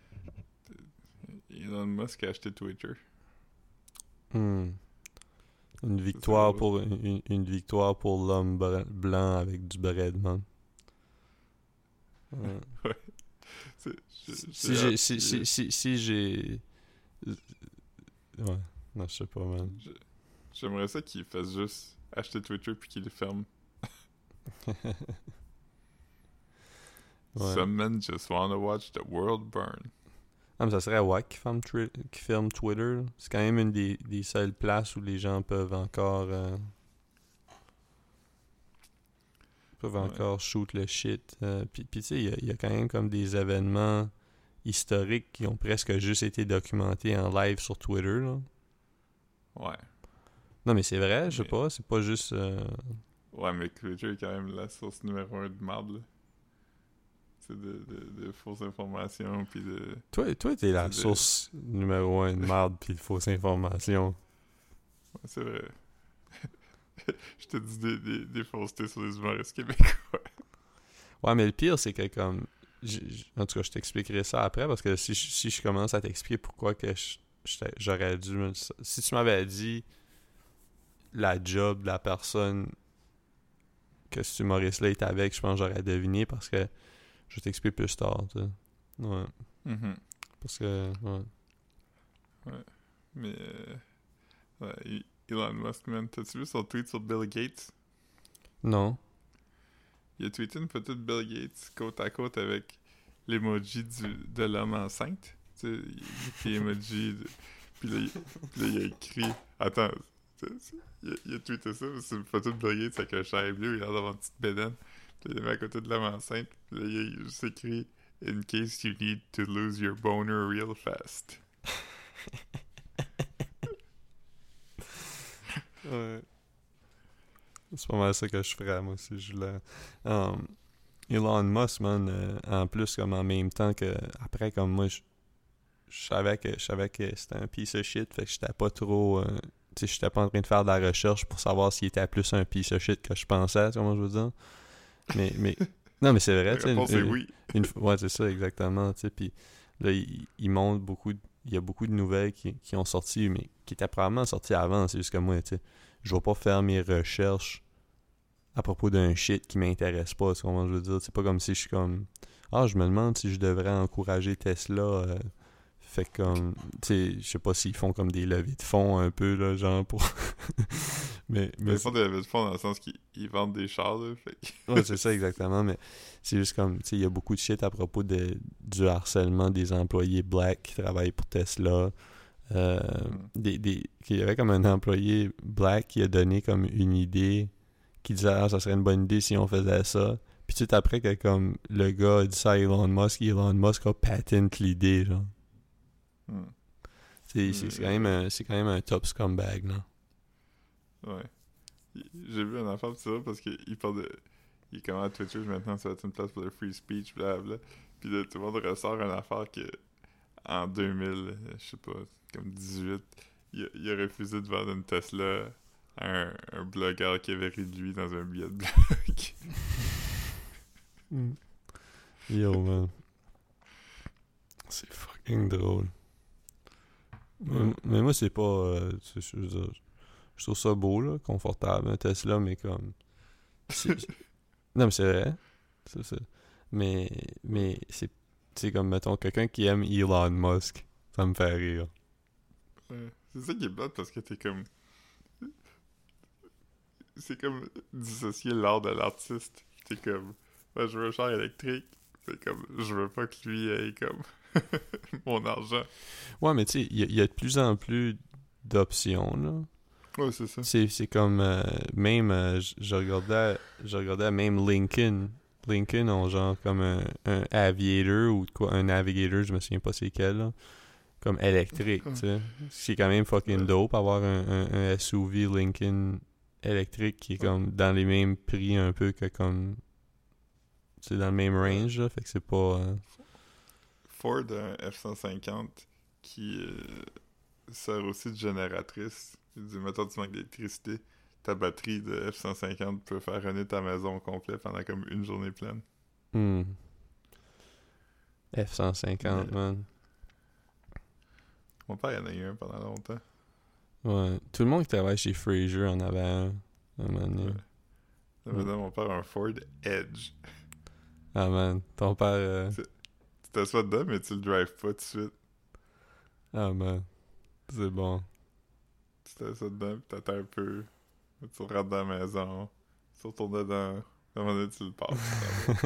Speaker 1: Elon Musk a acheté Twitter.
Speaker 2: Hmm. Une victoire
Speaker 1: drôle.
Speaker 2: pour une, une victoire pour l'homme bra- blanc avec du bread, man. Ouais.
Speaker 1: Ouais. C'est- j'ai-
Speaker 2: Si
Speaker 1: j'ai
Speaker 2: j'ai
Speaker 1: hâte
Speaker 2: si,
Speaker 1: qu'il-
Speaker 2: si, si, si j'ai ouais, non, je sais pas, man.
Speaker 1: j'ai- J'aimerais ça qu'il fasse juste acheter Twitter puis qu'il le ferme.
Speaker 2: Ouais.
Speaker 1: Some men just wanna watch the world burn.
Speaker 2: Ah, mais ça serait wack qui ferme, twi- qui ferme Twitter, là. C'est quand même une des, des seules places où les gens peuvent encore euh, peuvent
Speaker 1: Ouais.
Speaker 2: encore shoot le shit. Euh, puis puis tu sais, il y a- il y, a quand même comme des événements historiques qui ont presque juste été documentés en live sur Twitter, là.
Speaker 1: Ouais.
Speaker 2: Non, mais c'est vrai, je sais
Speaker 1: Mais-
Speaker 2: pas, c'est pas juste... euh,
Speaker 1: Ouais, mais Twitter est quand même la source numéro un de marde, là. C'est de, de, de fausses informations, puis de...
Speaker 2: Toi, toi t'es la
Speaker 1: C'est de-
Speaker 2: source numéro un de merde pis de fausses informations.
Speaker 1: Ouais, c'est vrai. Je te dis des, des, des faussetés sur les humoristes québécois.
Speaker 2: Ouais, mais le pire, c'est que comme... j- j- En tout cas, je t'expliquerai ça après, parce que si, je- si je commence à t'expliquer pourquoi que je- j'étais- j'aurais dû... me- Si tu m'avais dit la job de la personne que cet humoriste-là est avec, je pense que j'aurais deviné, parce que je vais t'expliquer plus tard, tu sais. Ouais,
Speaker 1: Mhm.
Speaker 2: parce que... Ouais.
Speaker 1: Mais... Euh, ouais, E- Elon Musk, man. T'as-tu vu son tweet sur Bill Gates?
Speaker 2: Non.
Speaker 1: Il a tweeté une photo de Bill Gates côte à côte avec l'emoji du, de l'homme enceinte. Tu sais, il a écrit emoji. De, puis, là, il, puis là, il a écrit. Attends, c'est- c'est- il, a, il a tweeté ça. C'est une photo de Bill Gates avec un chair bleu. Il a l'air d'avoir une petite bédaine. Puis il a mis à côté de l'homme enceinte. Puis là, il a juste écrit In case you need to lose your boner real fast.
Speaker 2: Ouais. C'est pas mal ça que je ferais, moi, si je voulais. Um, Elon Musk, man, euh, en plus, comme en même temps que... Après, comme moi, je je savais que je savais que c'était un piece of shit, fait que j'étais pas trop... euh, tu sais, j'étais pas en train de faire de la recherche pour savoir s'il était plus un piece of shit que je pensais, tu vois comment je veux dire. Mais, mais, non, mais c'est vrai,
Speaker 1: La
Speaker 2: tu sais.
Speaker 1: réponse
Speaker 2: Une,
Speaker 1: est
Speaker 2: une,
Speaker 1: oui.
Speaker 2: une f- ouais, c'est ça, exactement, tu sais. Puis là, il, il montre beaucoup, de- il y a beaucoup de nouvelles qui, qui ont sorti, mais qui étaient probablement sorties avant, c'est juste que moi, tu sais, je vais pas faire mes recherches à propos d'un shit qui m'intéresse pas, tu vois comment je veux dire. C'est pas comme si je suis comme, ah, je me demande si je devrais encourager Tesla. euh, fait que comme, tu sais, je sais pas s'ils font comme des levées de fonds un peu, là, genre pour. mais,
Speaker 1: Ben,
Speaker 2: mais
Speaker 1: ils font des levées de fonds dans le sens qu'ils ils vendent des chars, là. Fait que...
Speaker 2: ouais, c'est ça exactement, mais c'est juste comme, tu sais, il y a beaucoup de shit à propos de, du harcèlement des employés black qui travaillent pour Tesla. Euh,
Speaker 1: Hmm.
Speaker 2: des, des, il y avait comme un employé black qui a donné comme une idée, qui disait, ah, ça serait une bonne idée si on faisait ça. Puis tout après que comme le gars a dit ça à Elon Musk, Elon Musk a patent l'idée, genre.
Speaker 1: Hmm.
Speaker 2: C'est, c'est, c'est quand même un, c'est quand même un top scumbag, là.
Speaker 1: Ouais. J'ai vu un enfant, c'est vrai, parce qu'il parle de... Il est comment à Twitter, maintenant, ça va être une place pour le free speech, blablabla. Puis là, tout le monde ressort une affaire que... En deux mille, je sais pas, comme dix-huit, il a, il a refusé de vendre une Tesla à un, un blogueur qui avait ri de lui dans un billet de blog.
Speaker 2: Mm. Yo, man. C'est fucking drôle. Mais,
Speaker 1: Ouais.
Speaker 2: mais moi, c'est pas... euh, c'est- je veux dire, je trouve ça beau, là, confortable, un Tesla, mais comme... c'est- non, mais c'est vrai. C'est ça. Mais, mais c'est, c'est comme, mettons, quelqu'un qui aime Elon Musk. Ça me fait rire.
Speaker 1: Ouais. C'est ça qui est plate parce que t'es comme... C'est comme dissocier l'art de l'artiste. T'es comme... Ouais, je veux un char électrique. C'est comme... Je veux pas que lui ait comme... mon argent.
Speaker 2: Ouais, mais tu sais, il y, a- il y a de plus en plus d'options, là.
Speaker 1: Ouais, c'est ça.
Speaker 2: C'est, c'est comme... euh, même... euh, je je regardais... Je regardais même Lincoln. Lincoln ont genre comme un, un Aviator ou quoi, un Navigator, je me souviens pas c'est quel, là. Comme électrique, tu sais. C'est quand même fucking
Speaker 1: Ouais.
Speaker 2: dope avoir un, un, un S U V Lincoln électrique qui est
Speaker 1: Ouais.
Speaker 2: comme dans les mêmes prix un peu que comme... C'est dans le même
Speaker 1: Ouais.
Speaker 2: range, là, fait que c'est pas... euh,
Speaker 1: Ford a un F cent cinquante qui euh, sert aussi de génératrice. Il dit, mettons, tu manques d'électricité, ta batterie de F cent cinquante peut faire runner ta maison au complet pendant comme une journée pleine.
Speaker 2: hmm. F cent cinquante,
Speaker 1: Mais
Speaker 2: man.
Speaker 1: mon père, il en a eu un pendant longtemps.
Speaker 2: Ouais. Tout le monde qui travaille chez Fraser en avait un. Un moment donné.
Speaker 1: Ouais. Là,
Speaker 2: Mm.
Speaker 1: maintenant, mon père a un Ford Edge.
Speaker 2: Ah, man. Ton père... euh,
Speaker 1: Tu t'assois dedans, mais tu le drives pas tout de suite.
Speaker 2: Ah, man. C'est bon.
Speaker 1: Tu t'assois dedans, pis t'attends un peu. Tu rentres dans la maison. Tu retournes dedans. À un moment donné, tu le passes.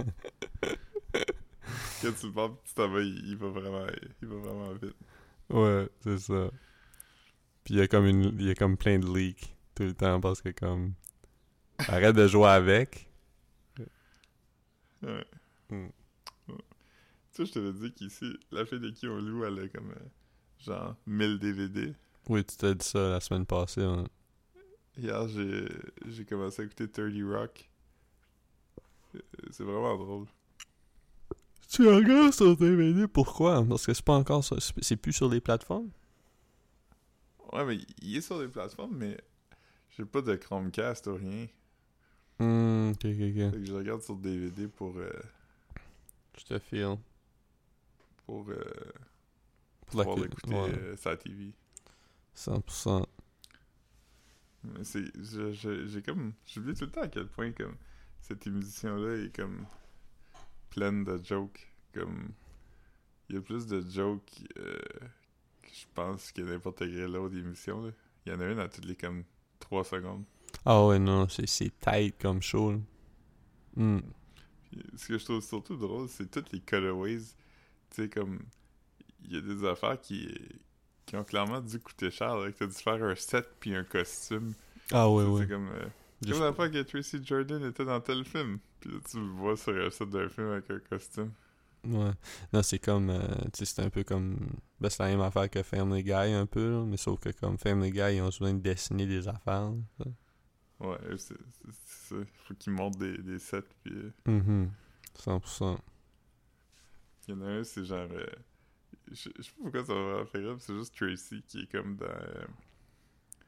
Speaker 1: Quand tu le passes, tu t'en vas, il, il va vraiment, il va vraiment vite.
Speaker 2: Ouais, c'est ça. Puis il y a comme une... Il y a comme plein de leaks tout le temps parce que comme... Arrête de jouer avec.
Speaker 1: Ouais.
Speaker 2: Mm.
Speaker 1: Ouais. Tu sais, je t'avais dit qu'ici, la fille de qui on loue, elle a comme euh, genre mille D V D.
Speaker 2: Oui, tu t'as dit ça la semaine passée. Hein.
Speaker 1: Hier, j'ai, j'ai commencé à écouter thirty Rock. Euh, C'est vraiment drôle.
Speaker 2: Tu regardes sur D V D, pourquoi? Parce que c'est pas encore sur- c'est c'est plus sur les plateformes?
Speaker 1: Ouais, mais il est sur des plateformes, mais j'ai pas de Chromecast ou rien.
Speaker 2: Hum, ok, ok,
Speaker 1: Fait
Speaker 2: ok.
Speaker 1: que je regarde sur D V D pour, euh,
Speaker 2: Je te file.
Speaker 1: pour euh,
Speaker 2: Pour la
Speaker 1: pouvoir
Speaker 2: cu-
Speaker 1: l'écouter
Speaker 2: ouais.
Speaker 1: euh, sur la T V.
Speaker 2: cent pour cent.
Speaker 1: Mais c'est, je- je- j'ai comme, j'oublie tout le temps à quel point comme cette émission-là est comme pleine de jokes. Comme, il y a plus de jokes euh, que je pense que n'importe quelle autre émission. Là. Il y en a une à toutes les comme trois secondes.
Speaker 2: Ah ouais, non, c'est, c'est tight comme show. Là. Hum.
Speaker 1: Puis, ce que je trouve surtout drôle, c'est toutes les cutaways. Tu sais, comme, il y a des affaires qui, qui ont clairement dû coûter cher. Là, que t'as dû faire un set puis un costume.
Speaker 2: Ah ouais,
Speaker 1: Tu sais,
Speaker 2: ouais.
Speaker 1: C'est comme, euh,
Speaker 2: J'ai
Speaker 1: comme
Speaker 2: f-
Speaker 1: la fois que Tracy Jordan était dans tel film. Puis là, tu le vois sur un set d'un film avec un costume.
Speaker 2: Ouais. Non, c'est comme... euh, tu sais, c'est un peu comme... Ben, c'est la même affaire que Family Guy, un peu, là, mais sauf que comme Family Guy, ils ont besoin de dessiner des affaires. Là, ça.
Speaker 1: Ouais, c'est c'est- c'est ça. Il faut qu'ils montent des, des sets. Puis euh,
Speaker 2: Mhm. cent pour cent.
Speaker 1: il y en a un, c'est genre. euh, je, je sais pas pourquoi ça va vraiment faire rire, c'est juste Tracy qui est comme dans. euh,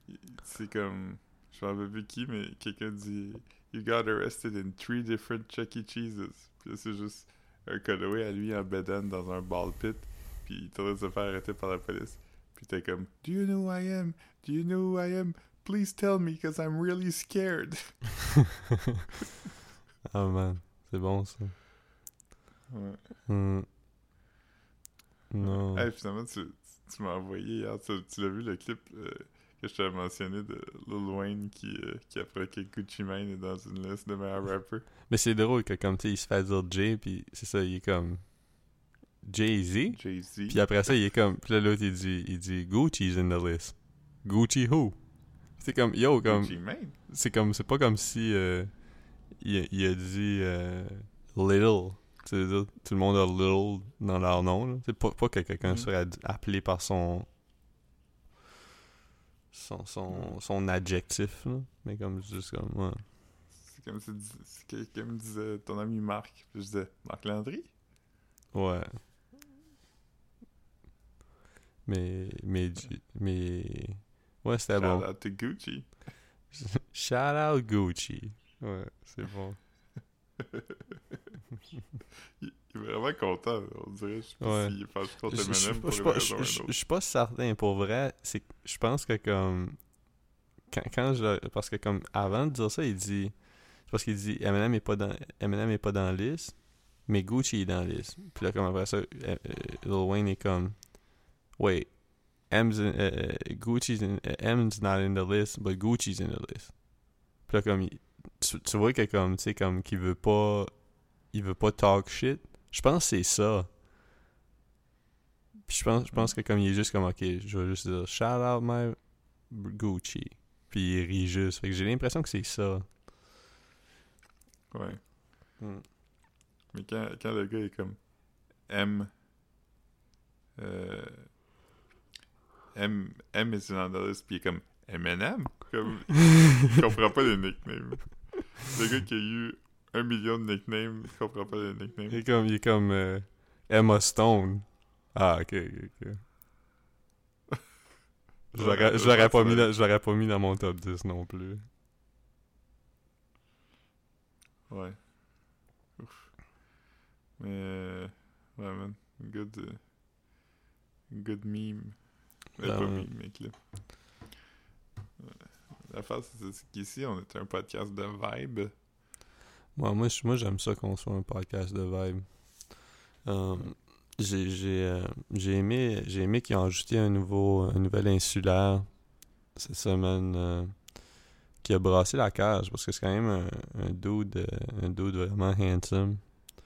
Speaker 1: c'est comme... Je m'en rappelle plus qui, mais quelqu'un dit « You got arrested in three different Chuck E. Cheeses ». Puis là, c'est juste un cutaway à lui en bedaine dans un ball pit. Puis il tente de se faire arrêter par la police. Puis t'es comme « Do you know who I am? Do you know who I am? Please tell me, cause I'm really scared. »
Speaker 2: Ah man, c'est bon ça.
Speaker 1: Ouais.
Speaker 2: Mm. Non.
Speaker 1: Hey, finalement, tu, tu m'as envoyé hier, tu, tu l'as vu le clip euh, que je t'avais mentionné de Lil Wayne qui, euh, qui apprend que Gucci Mane est dans une liste de meilleurs rappers.
Speaker 2: Mais c'est drôle que comme tu sais, il se fait dire Jay, puis c'est ça, il est comme Jay-Z.
Speaker 1: Jay-Z.
Speaker 2: Puis après ça, il est comme. Puis là, l'autre, il dit, il dit Gucci's in the list. Gucci who? C'est comme, yo, comme.
Speaker 1: Gucci Mane.
Speaker 2: C'est comme, c'est pas comme si euh, il, il a dit euh, Little. Tu veux dire, tout le monde a Little dans leur nom. Là. C'est pas, pas que quelqu'un
Speaker 1: Mm.
Speaker 2: serait appelé par son. Son, son, son adjectif, là. Mais comme, juste comme, ouais.
Speaker 1: C'est comme si, si quelqu'un me disait ton ami Marc. Puis je disais Marc Landry.
Speaker 2: Ouais. Mais, mais, mais, ouais, c'était bon.
Speaker 1: Shout out to Gucci.
Speaker 2: Shout out Gucci. Ouais, c'est bon.
Speaker 1: il, il est vraiment content, on dirait. Je sais pas
Speaker 2: Ouais.
Speaker 1: s'il est fâché contre
Speaker 2: Je je-
Speaker 1: Eminem
Speaker 2: je-
Speaker 1: pour
Speaker 2: je-
Speaker 1: une
Speaker 2: je-
Speaker 1: raison ou
Speaker 2: je-
Speaker 1: une
Speaker 2: je suis pas certain, pour vrai. C'est que je pense que comme. Quand, quand je. Parce que comme avant de dire ça, il dit. C'est parce qu'il dit Eminem est pas dans. Eminem est pas dans la liste, mais Gucci est dans la liste. Puis là, comme après ça, euh, euh, Lil Wayne est comme. Wait. M's in, uh, Gucci's in, uh, M's not in the list, but Gucci's in the list. Puis là, comme, il- tu, tu vois que comme, tu sais, comme, qu'il veut pas, il veut pas talk shit. Je pense que c'est ça. Puis je pense, je pense que comme, il est juste comme, ok, je vais juste dire, shout out my Gucci. Puis il rit juste. Fait que j'ai l'impression que c'est ça.
Speaker 1: Ouais.
Speaker 2: Mm.
Speaker 1: Mais quand, quand le gars est comme M. Euh, M. M est dans la liste, puis il est comme Eminem. Comme, il comprend pas les nicknames. Le gars qui a eu un million de nicknames, il comprend pas les
Speaker 2: Il
Speaker 1: nicknames.
Speaker 2: est comme, il est comme euh, Emma Stone. Ah, ok, ok, ok. Je l'aurais,
Speaker 1: Ouais,
Speaker 2: je l'aurais pas
Speaker 1: ça-
Speaker 2: mis dans, je l'aurais pas mis dans mon top dix non plus.
Speaker 1: Ouais. Ouf. Mais, euh, ouais, man. Good, euh, good meme. Mais
Speaker 2: Ah,
Speaker 1: pas
Speaker 2: ouais.
Speaker 1: meme, mais clip. Ouais. L'affaire, c'est c'est qu'ici, on est un podcast de vibe.
Speaker 2: Ouais, moi, je- moi, j'aime ça qu'on soit un podcast de vibe. Euh, j'ai, j'ai, euh, j'ai aimé, j'ai aimé qu'ils ont ajouté un nouveau, un nouvel insulaire cette semaine euh, qui a brassé la cage parce que c'est quand même un, un dude, euh, un dude vraiment handsome.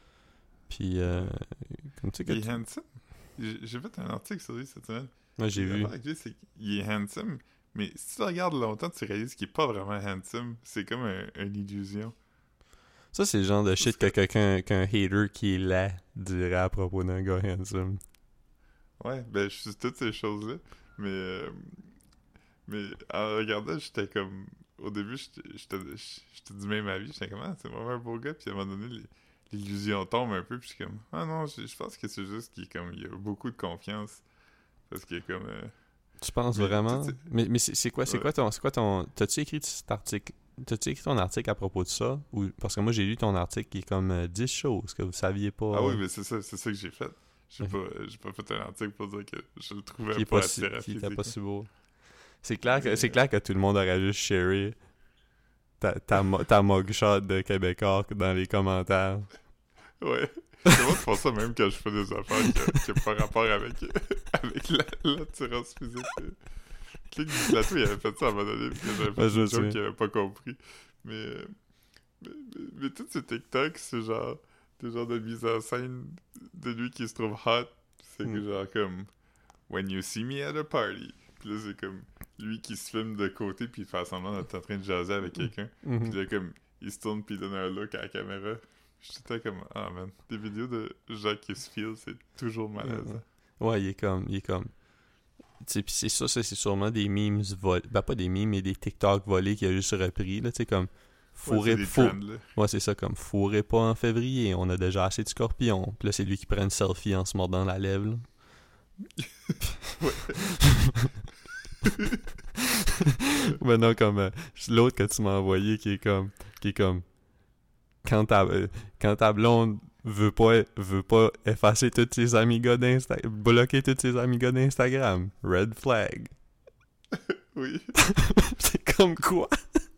Speaker 2: Puis, euh, comme tu sais que
Speaker 1: Il est
Speaker 2: tu-
Speaker 1: handsome. J'ai j'ai fait un article sur lui cette semaine.
Speaker 2: moi, j'ai vu.
Speaker 1: L'affaire avec lui, c'est qu'il est handsome, mais si tu le regardes longtemps, tu réalises qu'il est pas vraiment handsome. C'est comme un, une illusion.
Speaker 2: Ça, c'est le genre de shit que quelqu'un, qu'un hater qui est laid dirait à propos d'un gars handsome.
Speaker 1: Ouais, ben, je suis toutes ces choses-là. Mais, euh, mais en regardant, j'étais comme. Au début, j'étais j'étais j'étais du même avis. J'étais comme, ah, c'est vraiment un beau gars. Puis à un moment donné, l'illusion tombe un peu. Puis je suis comme, ah non, je, je pense que c'est juste qu'il est comme, il a beaucoup de confiance. Parce qu'il est comme. Euh,
Speaker 2: Tu penses
Speaker 1: Mais,
Speaker 2: vraiment?
Speaker 1: tu sais-
Speaker 2: Mais, mais c'est, c'est quoi, c'est
Speaker 1: Ouais.
Speaker 2: quoi ton, c'est quoi ton, t'as-tu écrit cet article, t'as-tu écrit ton article à propos de ça? Ou, parce que moi, j'ai lu ton article qui est comme euh, dix choses que vous saviez pas.
Speaker 1: Ah oui, mais c'est ça, c'est ça que j'ai fait. J'ai
Speaker 2: Ok.
Speaker 1: pas, j'ai pas fait un article pour dire que je le trouvais
Speaker 2: qui est
Speaker 1: pas
Speaker 2: pas si,
Speaker 1: attirant
Speaker 2: qui était pas
Speaker 1: physiquement.
Speaker 2: si beau. C'est clair que,
Speaker 1: Mais-
Speaker 2: c'est clair que tout le monde aurait juste sharé ta, ta, mo- ta mugshot de Québécois dans les commentaires.
Speaker 1: Ouais. C'est moi qui fais ça même quand je fais des affaires qui n'ont pas rapport avec, avec la, l'attirance physique. Click du plateau, il avait fait ça à un moment donné, puis que j'avais fait
Speaker 2: Ouais, je
Speaker 1: une
Speaker 2: me
Speaker 1: joke
Speaker 2: souviens.
Speaker 1: qu'il avait pas compris. Mais, euh, mais, mais, mais tous ces TikTok, c'est genre des genres de mise en scène de lui qui se trouve hot. C'est
Speaker 2: Mm.
Speaker 1: que genre comme When you see me at a party. Puis là, c'est comme lui qui se filme de côté, puis il fait semblant d'être en train de jaser avec quelqu'un.
Speaker 2: Mhm.
Speaker 1: Puis là, comme, il se tourne puis il donne un look à la caméra. J'étais comme, ah man, des vidéos de gens qui se filent, c'est toujours malaisant.
Speaker 2: Ouais, il est comme, il est comme. Tu sais, pis c'est ça, ça c'est sûrement des memes volés. Ben, pas des memes, mais des TikTok volés qu'il a juste repris, là, tu sais, comme.
Speaker 1: Ouais,
Speaker 2: Fourré,
Speaker 1: c'est des
Speaker 2: fou-
Speaker 1: trends, là.
Speaker 2: Ouais, c'est ça, comme fourré pas en février, on a déjà assez de scorpions. Puis là, c'est lui qui prend une selfie en se mordant la lèvre, là. Ben non, comme euh, l'autre que tu m'as envoyé qui est comme qui est comme quand ta euh, quand ta blonde veut pas veut pas effacer tous ses amis gars d'Instagram, bloquer tous ses amis gars d'Instagram. Red flag.
Speaker 1: Oui.
Speaker 2: C'est comme quoi?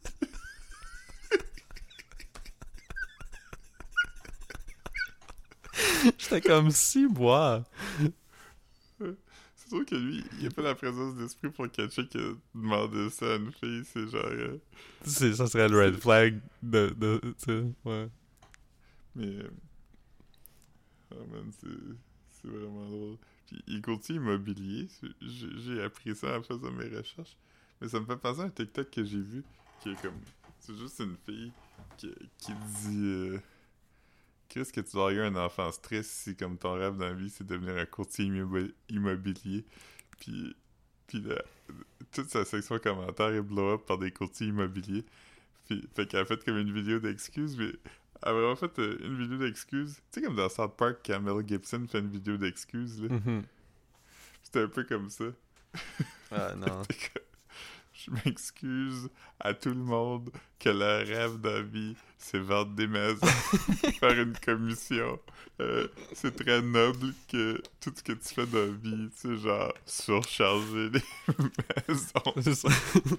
Speaker 2: J'étais comme si boire.
Speaker 1: C'est sûr que lui, il a pas la présence d'esprit pour catcher que demander ça à une fille, c'est genre... euh,
Speaker 2: C'est, ça serait le red flag de... de tu sais, ouais.
Speaker 1: Mais... euh, Oh man, c'est... C'est vraiment drôle. Puis il courtier immobilier, c'est- j'ai j'ai appris ça en faisant mes recherches. Mais ça me fait penser à un TikTok que j'ai vu, qui est comme... C'est juste une fille qui, qui dit... Euh, Qu'est-ce que tu dois avoir un enfant stress si comme ton rêve dans la vie c'est de devenir un courtier immobi- immobilier puis puis là, toute sa section commentaires est blow up par des courtiers immobiliers puis fait qu'elle a fait comme une vidéo d'excuses mais elle a vraiment fait euh, une vidéo d'excuses tu sais comme dans South Park quand Mel Gibson fait une vidéo d'excuses là
Speaker 2: Mhm.
Speaker 1: c'était un peu comme ça.
Speaker 2: Ah non.
Speaker 1: Je m'excuse à tout le monde que le rêve de la vie, c'est vendre des maisons, faire une commission. Euh, c'est très noble que tout ce que tu fais dans la vie, tu sais, genre, surcharger les maisons.
Speaker 2: C'est ça.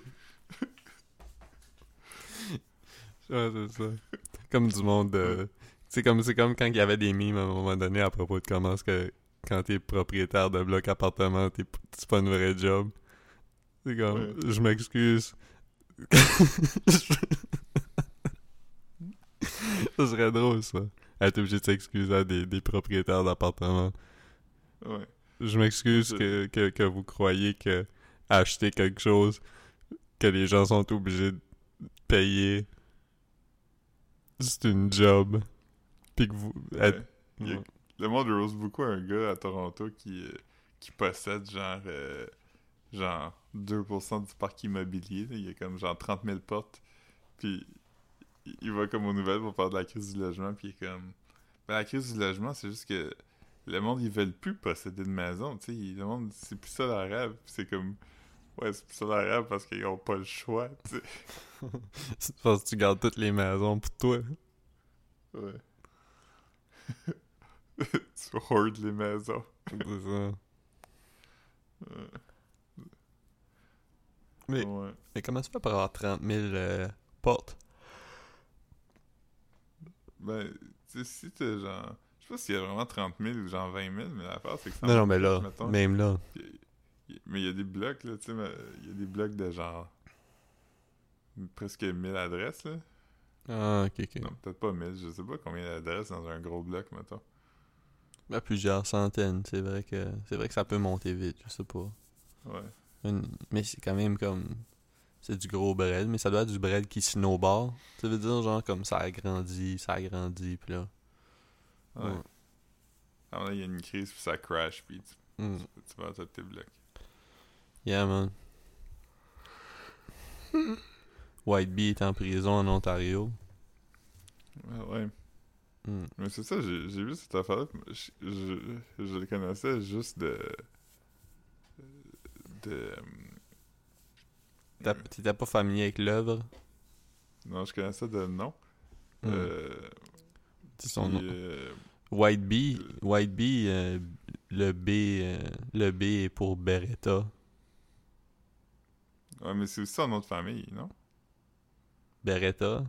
Speaker 2: Ouais, c'est ça. Comme du monde de... C'est comme, c'est comme quand il y avait des mimes à un moment donné à propos de comment est-ce que quand t'es propriétaire de bloc appartement, t'es, c'est pas une vraie job. C'est comme,
Speaker 1: Ouais.
Speaker 2: je m'excuse. Ça serait drôle, ça. Être obligé de s'excuser à des, des propriétaires d'appartements.
Speaker 1: Ouais.
Speaker 2: Je m'excuse
Speaker 1: Je-
Speaker 2: que, que, que vous croyez que acheter quelque chose que les gens sont obligés de payer, c'est une job. Puis que vous...
Speaker 1: Ouais.
Speaker 2: êtes-
Speaker 1: Il y a-
Speaker 2: Ouais.
Speaker 1: Le monde rose beaucoup un gars à Toronto qui, euh, qui possède genre, euh, genre deux pour cent du parc immobilier. Là. Il y a comme genre trente mille portes. Puis il- il va comme aux nouvelles pour parler de la crise du logement. Puis il est comme... Ben, la crise du logement, c'est juste que le monde, ils veulent plus posséder de maison. Tu sais, le monde, c'est plus ça leur rêve. Puis c'est comme... Ouais, c'est plus ça leur rêve parce qu'ils ont pas le choix, tu sais.
Speaker 2: C'est parce que tu gardes toutes les maisons pour toi.
Speaker 1: Ouais. Tu hoardes les maisons.
Speaker 2: C'est ça.
Speaker 1: Ouais.
Speaker 2: Mais,
Speaker 1: Ouais.
Speaker 2: mais comment tu fais pour avoir trente mille euh, portes?
Speaker 1: Ben, tu sais, si t'es genre... Je sais pas s'il y a vraiment trente mille ou genre vingt mille, mais l'affaire, c'est que ça...
Speaker 2: Non, non, mais là,
Speaker 1: mettons,
Speaker 2: même là.
Speaker 1: y- y- mais il y a des blocs, là, tu sais, mais il y a des blocs de genre... Presque mille adresses, là.
Speaker 2: Ah, ok, ok.
Speaker 1: Non, peut-être pas mille, je sais pas combien d'adresses dans un gros bloc, mettons.
Speaker 2: Ben, plusieurs centaines, c'est vrai que c'est vrai que ça peut monter vite, je sais pas.
Speaker 1: Ouais.
Speaker 2: Une- Mais c'est quand même comme... C'est du gros bread, mais ça doit être du bread qui snowball. Ça veut dire genre comme ça agrandit, ça agrandit, pis là...
Speaker 1: Ouais.
Speaker 2: Ouais.
Speaker 1: Ah, là, il y a une crise, puis ça crash, puis tu,
Speaker 2: Mm.
Speaker 1: tu, tu vas tous tes blocs.
Speaker 2: Yeah, man. White Bee est en prison en Ontario.
Speaker 1: Ouais, ouais.
Speaker 2: Mm.
Speaker 1: Mais c'est ça, j'ai j'ai vu cette affaire-là. Je, je, je le connaissais juste de. de.
Speaker 2: T'as- T'étais pas familier avec l'œuvre?
Speaker 1: Non, je connaissais de nom.
Speaker 2: Mm.
Speaker 1: Euh,
Speaker 2: C'est son
Speaker 1: puis,
Speaker 2: nom.
Speaker 1: euh,
Speaker 2: White Bee, White Bee, euh, le B, euh, le B est pour Beretta.
Speaker 1: ouais, mais c'est aussi son nom de famille, non?
Speaker 2: Beretta?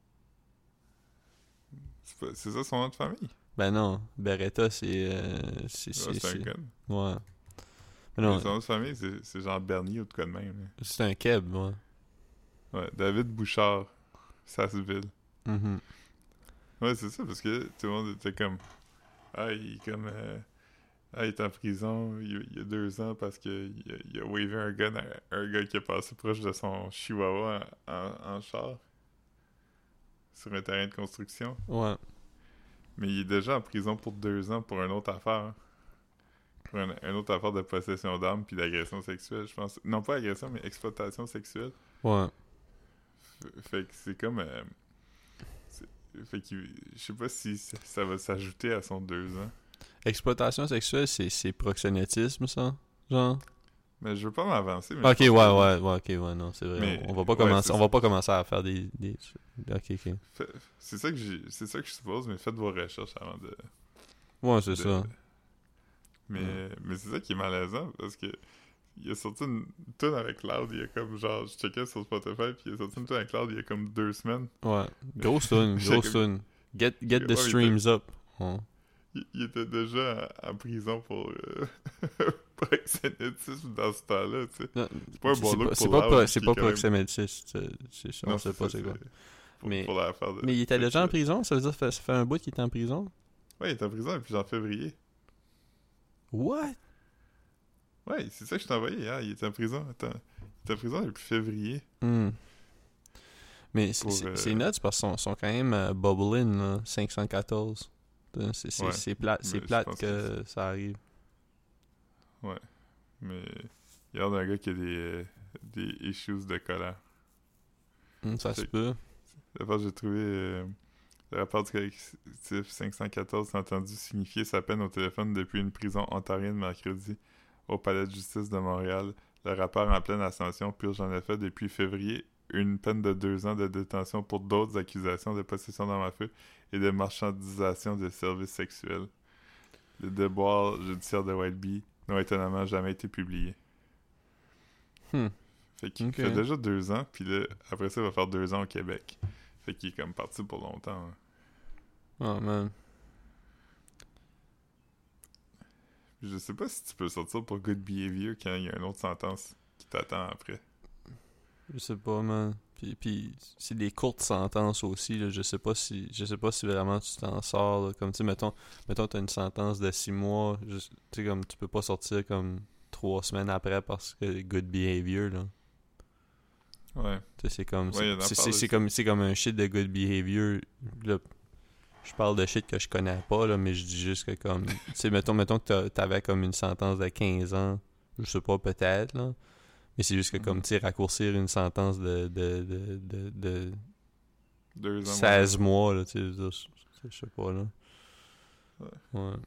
Speaker 1: C'est pas- c'est ça son nom de famille?
Speaker 2: Ben non, Beretta c'est... Euh, c'est,
Speaker 1: Ouais,
Speaker 2: c'est,
Speaker 1: c'est un
Speaker 2: c'est-
Speaker 1: gun.
Speaker 2: Ouais. Mais
Speaker 1: Mais
Speaker 2: non,
Speaker 1: son nom de famille, c'est c'est genre Bernier ou de quoi de même. là.
Speaker 2: c'est un keb, ouais.
Speaker 1: Ouais, David Bouchard, Sasseville.
Speaker 2: Mhm.
Speaker 1: Ouais, c'est ça, parce que tout le monde était comme. Ah, il est comme. euh, Ah, il est en prison il, y a- il y a deux ans parce qu'il a, il a wavé un gun à un gars qui est passé proche de son chihuahua en, en, en char sur un terrain de construction.
Speaker 2: Ouais.
Speaker 1: Mais il est déjà en prison pour deux ans pour une autre affaire. Pour un- une autre affaire de possession d'armes puis d'agression sexuelle, je pense. Non, pas agression, mais exploitation sexuelle.
Speaker 2: Ouais.
Speaker 1: F- Fait que c'est comme. euh, c'est- fait que je sais pas si ça, ça va s'ajouter à son deux ans.
Speaker 2: Exploitation sexuelle, c'est, c'est proxénétisme, ça? Genre?
Speaker 1: Mais je veux pas m'avancer. Mais
Speaker 2: Ok,
Speaker 1: je
Speaker 2: ouais,
Speaker 1: pense que-
Speaker 2: ouais, ouais, ok, ouais, non, c'est vrai.
Speaker 1: Mais-
Speaker 2: on, on va pas
Speaker 1: ouais,
Speaker 2: commencer,
Speaker 1: c'est
Speaker 2: on
Speaker 1: ça.
Speaker 2: va pas commencer à faire des, des... Ok, ok.
Speaker 1: Fait- C'est ça que j'ai, c'est ça que je suppose, mais faites vos recherches avant de.
Speaker 2: Ouais, c'est
Speaker 1: de-
Speaker 2: ça.
Speaker 1: Mais,
Speaker 2: Ouais.
Speaker 1: mais c'est ça qui est malaisant parce que il a sorti une tune avec Cloud il y a comme genre, je checkais sur Spotify puis il a sorti une tune avec Cloud il y a comme deux semaines.
Speaker 2: Ouais. Grosse tune,
Speaker 1: J'étais
Speaker 2: grosse
Speaker 1: comme-
Speaker 2: tune. Get, get
Speaker 1: Ouais,
Speaker 2: the
Speaker 1: mais
Speaker 2: streams up. Ouais.
Speaker 1: Il, il était déjà en, en prison pour, euh, pour exénétisme dans ce temps-là, tu sais.
Speaker 2: Non,
Speaker 1: C'est pas un bon
Speaker 2: c'est
Speaker 1: look
Speaker 2: pas,
Speaker 1: pour
Speaker 2: c'est pas,
Speaker 1: Loud,
Speaker 2: pro-
Speaker 1: qui
Speaker 2: c'est
Speaker 1: est
Speaker 2: pas
Speaker 1: quand même-
Speaker 2: proxénétiste, c'est, c'est, c'est, on
Speaker 1: Non,
Speaker 2: sait
Speaker 1: c'est
Speaker 2: pas
Speaker 1: ça,
Speaker 2: c'est quoi.
Speaker 1: Pour,
Speaker 2: Mais-
Speaker 1: pour l'affaire de...
Speaker 2: Mais il était
Speaker 1: fait
Speaker 2: déjà en
Speaker 1: que-
Speaker 2: prison, ça veut dire que ça fait un bout qu'il était en prison?
Speaker 1: Ouais, il était en prison depuis en février.
Speaker 2: What?
Speaker 1: Ouais, c'est ça que je t'ai envoyé, hein. Il était en prison, attends. Il était en prison depuis février.
Speaker 2: Hmm. Mais c'est,
Speaker 1: Pour,
Speaker 2: c'est,
Speaker 1: euh,
Speaker 2: c'est nuts parce qu'ils sont, sont quand même euh, bubbling, là, cinq cent quatorze. C'est, c'est,
Speaker 1: Ouais,
Speaker 2: c'est plate,
Speaker 1: mais
Speaker 2: c'est
Speaker 1: je
Speaker 2: plate
Speaker 1: pense
Speaker 2: que, ça arrive.
Speaker 1: Ouais. Mais il y a un gars qui a des, euh, des issues de colère.
Speaker 2: Hmm, ça se
Speaker 1: C'est-
Speaker 2: peut.
Speaker 1: D'abord, j'ai trouvé euh, le rapport du collectif cinq cent quatorze a entendu signifier sa peine au téléphone depuis une prison ontarienne mercredi au palais de justice de Montréal. Le rapport en pleine ascension purge en effet depuis février une peine de deux ans de détention pour d'autres accusations de possession d'armes à feu et de marchandisation de services sexuels. Le déboire judiciaire de White Bee n'a étonnamment jamais été publié.
Speaker 2: Hmm.
Speaker 1: Fait qu'il
Speaker 2: Ok.
Speaker 1: fait déjà deux ans, puis là, après ça, il va faire deux ans au Québec. Fait qu'il est comme parti pour longtemps. hein.
Speaker 2: Oh man.
Speaker 1: Puis je sais pas si tu peux sortir pour good behavior quand il y a une autre sentence qui t'attend après.
Speaker 2: Je sais pas, man. Puis, puis c'est des courtes sentences aussi, là. Je sais pas si je sais pas si vraiment tu t'en sors, là. Comme, tu sais, mettons, mettons t'as une sentence de six mois, tu sais, comme, tu peux pas sortir comme trois semaines après parce que good behavior, là.
Speaker 1: Ouais.
Speaker 2: Tu sais, c'est comme,
Speaker 1: Ouais, il y en a
Speaker 2: c'est,
Speaker 1: parlé
Speaker 2: c'est, c'est
Speaker 1: de
Speaker 2: comme, c'est comme un shit de good behavior, là. Je parle de shit que je connais pas, là, mais je dis juste que comme, tu sais, mettons, mettons que t'as- t'avais comme une sentence de quinze ans, je sais pas, peut-être, là. Mais c'est juste que, comme,
Speaker 1: Mhm.
Speaker 2: tu sais, raccourcir une sentence de, de, de, de, de
Speaker 1: Deux ans.
Speaker 2: seize mois, là, tu sais, je veux dire, je je sais pas, là.
Speaker 1: Ouais.
Speaker 2: Ouais.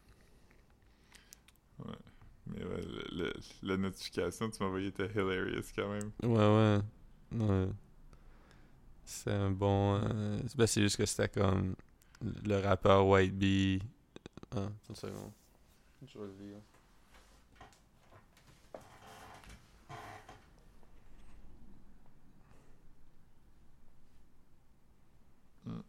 Speaker 1: Mais ouais, le, le- la notification que tu m'as envoyée était hilarious quand même.
Speaker 2: Ouais, ouais. Ouais. C'est un bon... euh, ben, c'est juste que c'était comme le rappeur White Bee... Ah, attends une seconde. Je vais le lire.
Speaker 1: Hmm.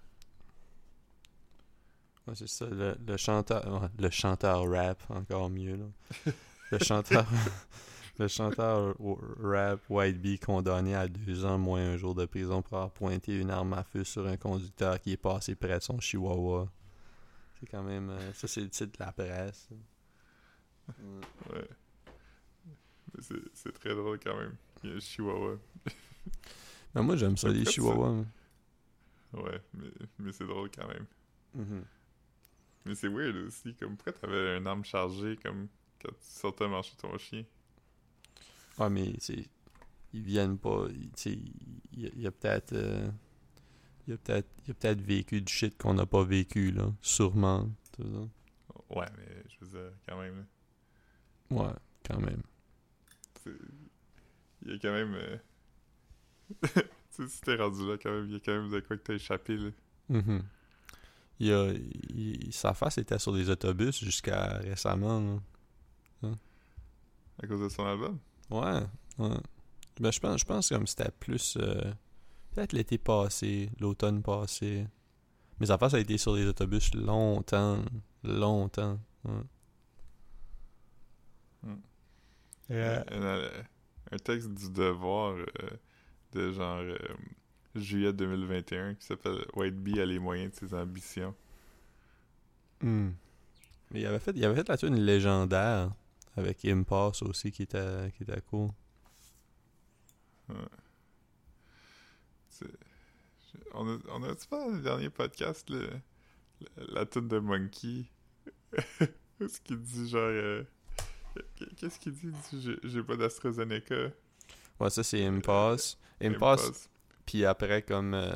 Speaker 2: Ouais, c'est ça, le, le chanteur... ouais, le chanteur rap, encore mieux, là. Le chanteur... Le chanteur rap White Bee condamné à deux ans moins un jour de prison pour avoir pointé une arme à feu sur un conducteur qui est passé près de son chihuahua. C'est quand même... euh, ça, c'est le titre de la presse. Ouais.
Speaker 1: Ouais. Mais c'est, c'est très drôle quand même. Il y a un chihuahua.
Speaker 2: Mais moi, j'aime ça,
Speaker 1: Mais
Speaker 2: les
Speaker 1: pourquoi tu-
Speaker 2: chihuahuas. moi.
Speaker 1: Ouais, mais, mais c'est drôle quand même.
Speaker 2: Mhm.
Speaker 1: Mais c'est weird aussi. Comme pourquoi t'avais une arme chargée comme quand tu sortais marcher ton chien?
Speaker 2: Ouais, mais c'est... Ils viennent pas... ils- Tu sais, il y a, il y a peut-être... euh, il y a peut-être il y a peut-être vécu du shit qu'on n'a pas vécu, là. Sûrement. Tu vois.
Speaker 1: Ouais, mais je veux dire, quand même. là,
Speaker 2: Ouais, quand même.
Speaker 1: c'est- Il y a quand même. euh, tu sais, si t'es rendu là, quand même, il y a quand même de quoi que t'as échappé, là.
Speaker 2: Mhm. Il y a, il- sa face était sur des autobus jusqu'à récemment. Là.
Speaker 1: À cause de son album.
Speaker 2: Ouais, ouais. Ben, je pense, je pense comme c'était plus... euh, peut-être l'été passé, l'automne passé. Mais sa face a été sur des autobus longtemps. Longtemps. Ouais.
Speaker 1: Hmm.
Speaker 2: Yeah.
Speaker 1: Un, un- un texte du Devoir euh, de genre euh, juillet deux mille vingt et un qui s'appelle White Bee a les moyens de ses ambitions.
Speaker 2: Hmm. Mais il avait fait, il avait fait là-dessus une légendaire avec Impasse aussi qui était, qui était cool.
Speaker 1: Ouais. C'est- je- On a, on a-tu pas dans le dernier podcast le, le- la tune de Monkey? Ce qu'il dit genre euh, qu'est-ce qu'il dit? Il dit j'ai, j'ai pas d'AstraZeneca.
Speaker 2: Ouais, ça c'est Impasse. Impasse,
Speaker 1: Impasse.
Speaker 2: puis après comme euh,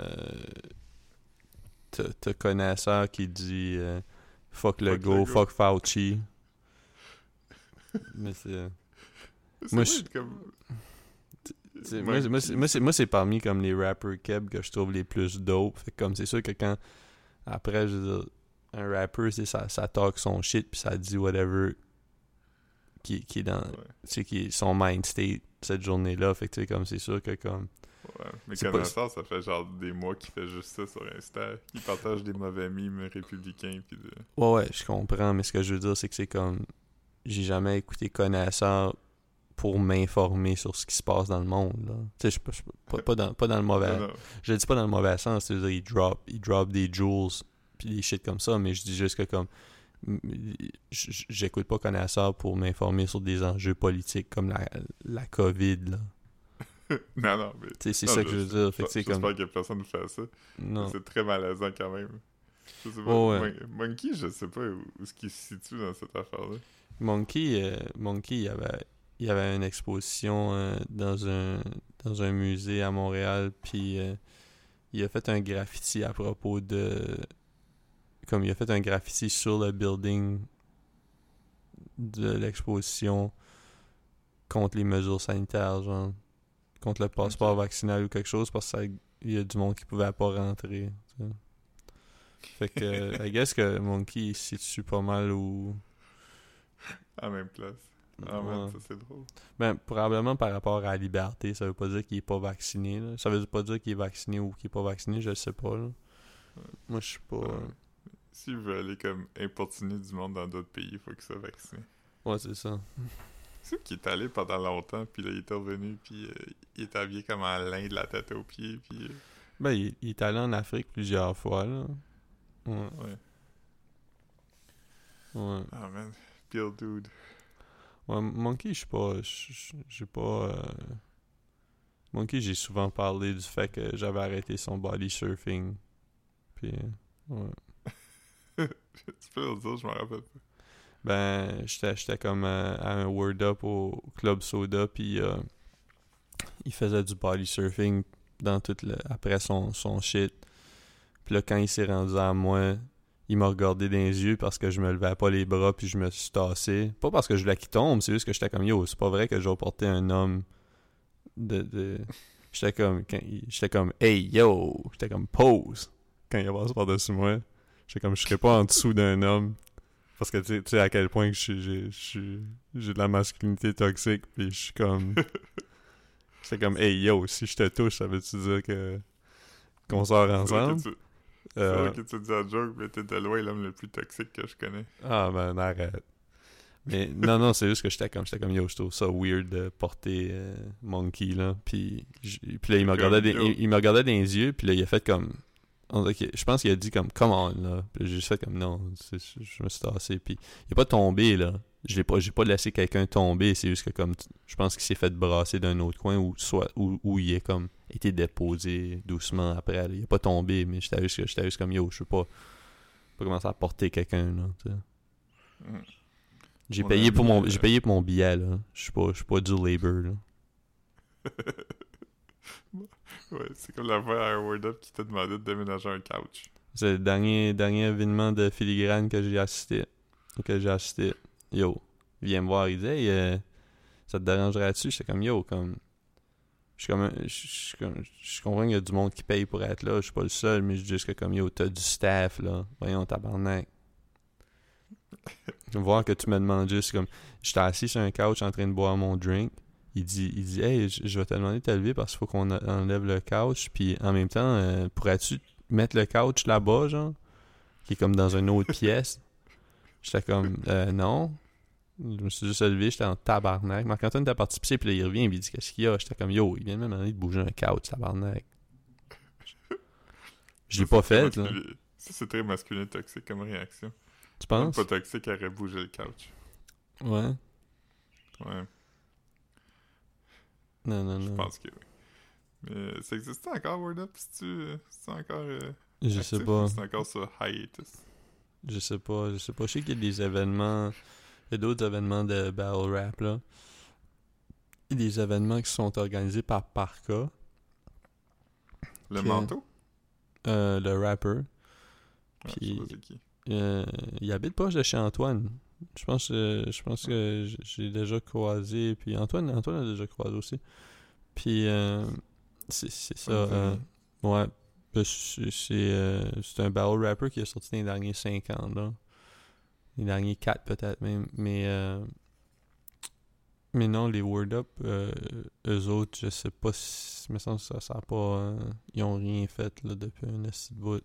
Speaker 2: t'as t'as connaisseur qui dit euh, fuck le
Speaker 1: Fuck
Speaker 2: go,
Speaker 1: le go.
Speaker 2: fuck Fauci. Mais c'est
Speaker 1: C'est
Speaker 2: Moi,
Speaker 1: weird,
Speaker 2: je-
Speaker 1: comme...
Speaker 2: T'sais, moi, moi, c'est, moi, c'est, moi, c'est parmi comme les rappers keb que je trouve les plus dope. Fait que comme c'est sûr que quand après, je veux dire, un rapper, c'est ça, ça talk son shit puis ça dit whatever qui, qui est dans,
Speaker 1: Ouais.
Speaker 2: tu sais, qui est son mind state cette journée-là. Fait que tu sais, comme c'est sûr que comme
Speaker 1: Ouais, mais
Speaker 2: C'est
Speaker 1: connaissant, ça fait genre des mois qu'il fait juste ça sur Insta. Il partage des mauvais mimes républicains pis de...
Speaker 2: ouais, ouais, je comprends, mais ce que je veux dire, c'est que c'est comme j'ai jamais écouté Connaisseur pour m'informer sur ce qui se passe dans le monde, là. Tu sais, je, je, pas, pas, dans, pas dans le mauvais...
Speaker 1: Non, non.
Speaker 2: Je le dis pas dans le mauvais sens, c'est-à-dire il drop, il drop des jewels pis des shit comme ça, mais je dis juste que comme m- j- j'écoute pas Connaisseur pour m'informer sur des enjeux politiques comme la, la COVID, là.
Speaker 1: non, non, mais...
Speaker 2: Tu sais, c'est
Speaker 1: non,
Speaker 2: ça que je veux dire. Fait que, tu sais,
Speaker 1: J'espère
Speaker 2: comme...
Speaker 1: qu'il y a personne qui fait ça.
Speaker 2: Non.
Speaker 1: C'est très malaisant quand même. Je sais pas.
Speaker 2: Oh, ouais.
Speaker 1: Mon- Monkey, je sais pas où, où est-ce qu'il se situe dans cette affaire-là.
Speaker 2: Monkey, euh, Monkey, il y avait, il y avait une exposition euh, dans un dans un musée à Montréal, puis euh, il a fait un graffiti à propos de... Comme il a fait un graffiti sur le building de l'exposition contre les mesures sanitaires, genre contre le passeport
Speaker 1: Ok.
Speaker 2: vaccinal ou quelque chose, parce qu'il y a du monde qui pouvait pas rentrer. Tu sais. Fait que, I guess que Monkey il se situe pas mal où...
Speaker 1: À la même place. Ah, man,
Speaker 2: Ouais.
Speaker 1: ça c'est drôle.
Speaker 2: Ben, probablement par rapport à la liberté, ça veut pas dire qu'il est pas vacciné, là. Ça veut pas dire qu'il est vacciné ou qu'il est pas vacciné, je le sais pas, là. Moi, je suis pas...
Speaker 1: Ouais. S'il veut aller comme importuner du monde dans d'autres pays, il faut qu'il soit vacciné.
Speaker 2: Ouais, c'est ça.
Speaker 1: C'est qu'il est allé pendant longtemps, puis là il est revenu, puis euh, il est habillé comme en lin de la tête aux pieds, puis... euh,
Speaker 2: Ben, il, il est allé en Afrique plusieurs fois, là. Ouais.
Speaker 1: ouais.
Speaker 2: Ouais.
Speaker 1: Ah, man. Peel dude.
Speaker 2: Ouais, Monkey, je suis pas... je- je- J'ai pas... euh, Monkey, j'ai souvent parlé du fait que j'avais arrêté son body surfing. Puis... Ouais.
Speaker 1: Tu peux le dire, je m'en rappelle pas.
Speaker 2: Ben, j'étais j'étais comme euh, à un Word Up au Club Soda, puis euh, il faisait du body surfing dans tout le, après son, son shit. Puis là, quand il s'est rendu à moi, il m'a regardé dans les yeux parce que je me levais pas les bras, puis je me suis tassé. Pas parce que je voulais qu'il tombe, c'est juste que j'étais comme, yo, c'est pas vrai que je vais porter un homme de... de... J'étais comme, quand il- j'étais comme, hey, yo! J'étais comme, pose! Quand il a passé par-dessus moi. J'étais comme, je serais pas en dessous d'un homme. Parce que tu sais- tu sais à quel point que je suis- j'ai je suis- j'ai de la masculinité toxique, puis je suis comme... C'est comme, hey yo, si je te touche, ça veut-tu dire que qu'on sort
Speaker 1: C'est vrai
Speaker 2: ensemble?
Speaker 1: que tu- c'est
Speaker 2: Euh,
Speaker 1: vrai que tu dis en joke, mais t'es de loin l'homme le plus toxique que je connais.
Speaker 2: Ah ben arrête. Mais non, non, c'est juste que j'étais comme, j'étais comme yo, je trouve ça weird de porter euh, Monkey, là. Puis, j- puis là, il me regardait, des-
Speaker 1: Comme, yo.
Speaker 2: il, il me regardait dans les yeux, puis là, il a fait comme... on dirait que- je pense qu'il a dit comme, come on, là. Puis j'ai juste fait comme, non, c'est- je me suis tassé. Puis il est pas tombé, là. Je l'ai pas, j'ai pas laissé quelqu'un tomber, c'est juste que comme, je pense qu'il s'est fait brasser d'un autre coin, ou soit, où, où il est comme, été déposé doucement après. Là. Il est pas tombé, mais j'étais juste, j'étais juste comme, yo, je sais pas, pas commencer à porter quelqu'un, là, tu sais.
Speaker 1: Mm.
Speaker 2: J'ai
Speaker 1: Mon
Speaker 2: payé pour
Speaker 1: ami,
Speaker 2: mon
Speaker 1: euh,
Speaker 2: j'ai payé pour mon billet, là. Je suis pas je suis pas du labor, là.
Speaker 1: Ouais, c'est comme la fois à un Word Up qui t'a demandé de déménager un couch.
Speaker 2: C'est le dernier dernier événement de filigrane que j'ai assisté. Que j'ai assisté. Yo, il vient me voir, il dit hey, euh, ça te dérangerait-tu? J'étais comme yo, comme je suis comme un- je je- comme- je comprends qu'il y a du monde qui paye pour être là, je suis pas le seul, mais je dis juste que comme yo, t'as du staff là. Voyons tabarnak. Voir que tu me demandes juste comme j'étais assis sur un couch en train de boire mon drink. Il dit, il dit hey, je je vais te demander de te lever parce qu'il faut qu'on a- enlève le couch. Puis en même temps, euh, pourrais-tu mettre le couch là-bas, genre, qui est comme dans une autre pièce? J'étais comme, euh, non. Je me suis juste levé, j'étais en tabarnak. Marc-Antoine était parti pisser, puis là, il revient, il dit, qu'est-ce qu'il y a? J'étais comme, yo, il vient de me demander de bouger un couch, tabarnak. Je l'ai
Speaker 1: Ça,
Speaker 2: pas
Speaker 1: c'est très
Speaker 2: fait, là.
Speaker 1: masculin- Ça, c'est très masculin toxique comme réaction.
Speaker 2: Tu
Speaker 1: Même
Speaker 2: penses?
Speaker 1: pas toxique, elle aurait bougé le couch.
Speaker 2: Ouais.
Speaker 1: Ouais,
Speaker 2: Non, non,
Speaker 1: je
Speaker 2: non.
Speaker 1: pense que oui. Mais ça existe encore, Word Up? C'est-tu c'est encore euh,
Speaker 2: Je
Speaker 1: actif,
Speaker 2: sais pas.
Speaker 1: ou c'est encore sur hiatus?
Speaker 2: Je sais pas, je sais pas. Je sais qu'il y a des événements, il y a d'autres événements de battle rap, là. Il y a des événements qui sont organisés par Parka,
Speaker 1: Le
Speaker 2: Ok.
Speaker 1: manteau?
Speaker 2: euh, le rapper.
Speaker 1: Ouais,
Speaker 2: Puis-
Speaker 1: je sais pas c'est qui.
Speaker 2: Euh, il habite proche de chez Antoine. Je pense, que- je pense que j'ai déjà croisé, puis Antoine, Antoine a déjà croisé aussi. Puis, euh, c'est, c'est ça. Euh, ouais. Ben, C'est, c'est, euh, c'est un battle rapper qui est sorti dans les derniers cinq ans, là. Les derniers quatre peut-être même. Mais, euh, mais non, les Word Up, euh, eux autres, je sais pas si. Il me semble que ça, ça a pas. Euh, ils ont rien fait là, depuis un esti de bout.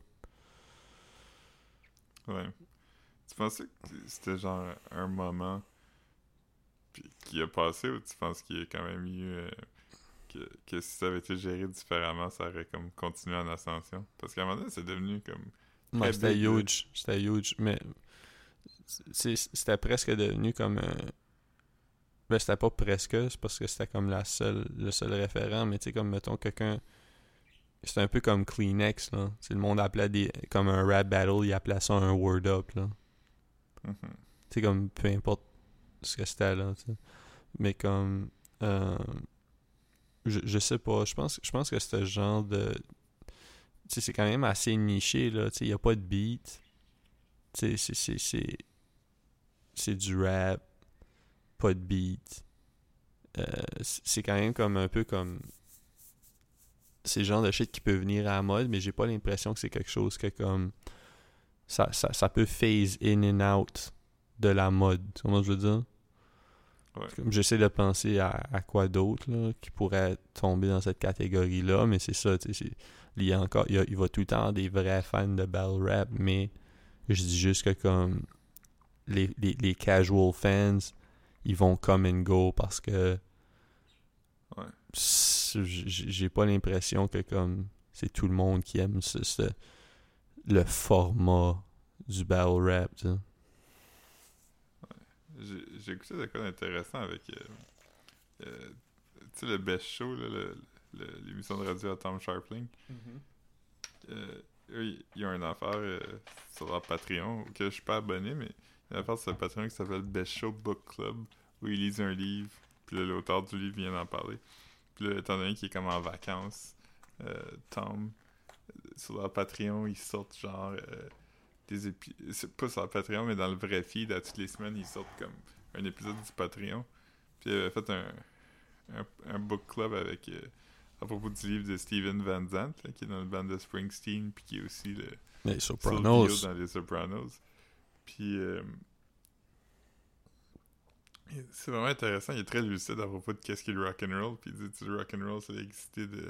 Speaker 1: Ouais. Tu pensais que c'était genre un moment puis qui a passé ou tu penses qu'il y a quand même eu. euh, que, que si ça avait été géré différemment, ça aurait comme continué en ascension? Parce qu'à un moment donné, c'est devenu comme.
Speaker 2: Ouais,
Speaker 1: Très
Speaker 2: c'était
Speaker 1: big, là.
Speaker 2: huge. C'était huge. Mais c'est- c'était presque devenu comme un. Ben, c'était pas presque, c'est parce que c'était comme la seule, le seul référent, mais tu sais, comme mettons quelqu'un. C'était un peu comme Kleenex, là. T'sais, le monde appelait des. Comme un rap battle, il appelait ça un word up, là.
Speaker 1: Mhm.
Speaker 2: Tu sais, comme peu importe ce que c'était, là, t'sais. Mais comme. Euh, je, je sais pas, je pense, je pense que ce genre de. Tu sais, c'est quand même assez niché, là. Tu sais, il y a pas de beat. Tu sais, c'est, c'est, c'est. C'est du rap, pas de beat. Euh, c'est c'est quand même comme un peu comme. C'est le genre de shit qui peut venir à la mode, mais j'ai pas l'impression que c'est quelque chose que comme. Ça, ça, ça peut phase in and out de la mode. Tu vois ce que je veux dire?
Speaker 1: Ouais.
Speaker 2: Comme j'essaie de penser à, à quoi d'autre là, qui pourrait tomber dans cette catégorie-là, mais c'est ça, tu sais, c'est- il y a encore, il, y a- il va tout le temps avoir des vrais fans de battle rap, mais je dis juste que comme les, les, les casual fans, ils vont come and go parce que
Speaker 1: Ouais.
Speaker 2: c'est- j'ai j'ai pas l'impression que comme c'est tout le monde qui aime ce, ce- le format du battle rap, tu sais.
Speaker 1: J'ai j'ai écouté de quoi d'intéressant avec. euh, euh, tu sais, le Best Show, là, le- le- l'émission de radio à Tom Sharpling. Euh, eux, ils- ils ont une affaire euh, sur leur Patreon, que je suis pas abonné, mais il y a une affaire sur le Patreon qui s'appelle Best Show Book Club, où ils lisent un livre, puis là, l'auteur du livre vient d'en parler. Puis là, étant donné qu'il est comme en vacances, euh, Tom, sur leur Patreon, ils sortent genre euh, des épisodes. C'est pas sur leur Patreon, mais dans le vrai feed, à toutes les semaines, ils sortent comme un épisode du Patreon. Puis il avait fait un, un, un book club avec. euh, à propos du livre de Steven Van Zandt, là, qui est dans le band de Springsteen, puis qui est aussi le
Speaker 2: Les
Speaker 1: Silvio
Speaker 2: Sopranos.
Speaker 1: dans Les Sopranos. Puis euh, c'est vraiment intéressant, il est très lucide à propos de qu'est-ce qu'est le rock'n'roll, puis il dit que le rock'n'roll, ça a existé de...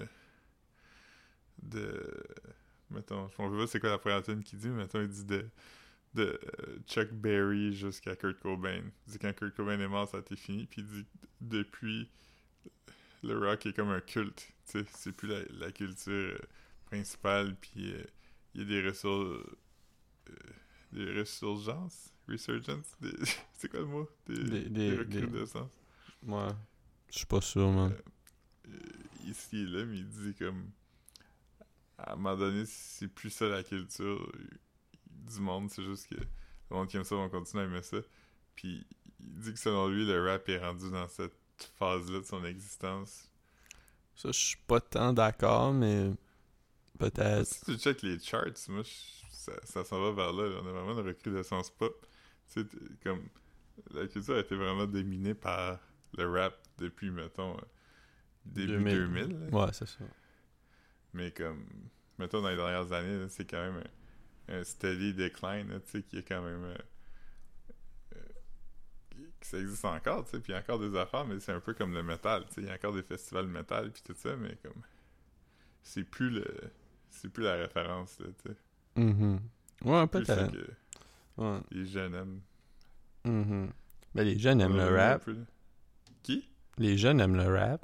Speaker 1: de... mettons, je ne sais pas c'est quoi la première tune qu'il dit, mais mettons, il dit de... de euh, Chuck Berry jusqu'à Kurt Cobain. Il dit que quand Kurt Cobain est mort, ça a été fini, puis il dit que depuis... le rock est comme un culte, tu sais, c'est plus la, la culture euh, principale, puis euh, il y a des ressources, euh, des ressurgences, resurgence, des, c'est quoi le mot, des,
Speaker 2: Des-
Speaker 1: des,
Speaker 2: des-
Speaker 1: recrudescences.
Speaker 2: Ouais. Je suis pas sûr, man.
Speaker 1: Euh, euh, ici et là, mais il dit comme, à un moment donné, c'est plus ça la culture euh, du monde, c'est juste que le monde qui aime ça va continuer à aimer ça, puis il dit que selon lui, le rap est rendu dans cette phase-là de son existence.
Speaker 2: Ça, je suis pas tant d'accord, mais peut-être.
Speaker 1: Si tu check les charts, moi, je- ça, ça s'en va vers là. On a vraiment une recrudescence pop. Tu sais, t- comme, la culture a été vraiment dominée par le rap depuis, mettons, euh, début deux mille.
Speaker 2: deux mille.
Speaker 1: là.
Speaker 2: Ouais, c'est ça.
Speaker 1: Mais comme, mettons, dans les dernières années, là, c'est quand même un, un steady decline, là, tu sais, qui est quand même... euh, euh, qui- que ça existe encore, tu sais, puis il y a encore des affaires, mais c'est un peu comme le métal, tu sais, il y a encore des festivals métal, puis tout ça, mais comme, c'est plus le... c'est plus la référence, là, tu sais.
Speaker 2: Mhm. Ouais,
Speaker 1: Plus ça
Speaker 2: peut-être.
Speaker 1: que
Speaker 2: Ouais.
Speaker 1: les jeunes aiment.
Speaker 2: Mhm. Ben, les jeunes aiment
Speaker 1: On
Speaker 2: le
Speaker 1: a un
Speaker 2: rap.
Speaker 1: peu, là. Qui?
Speaker 2: Les jeunes aiment le rap.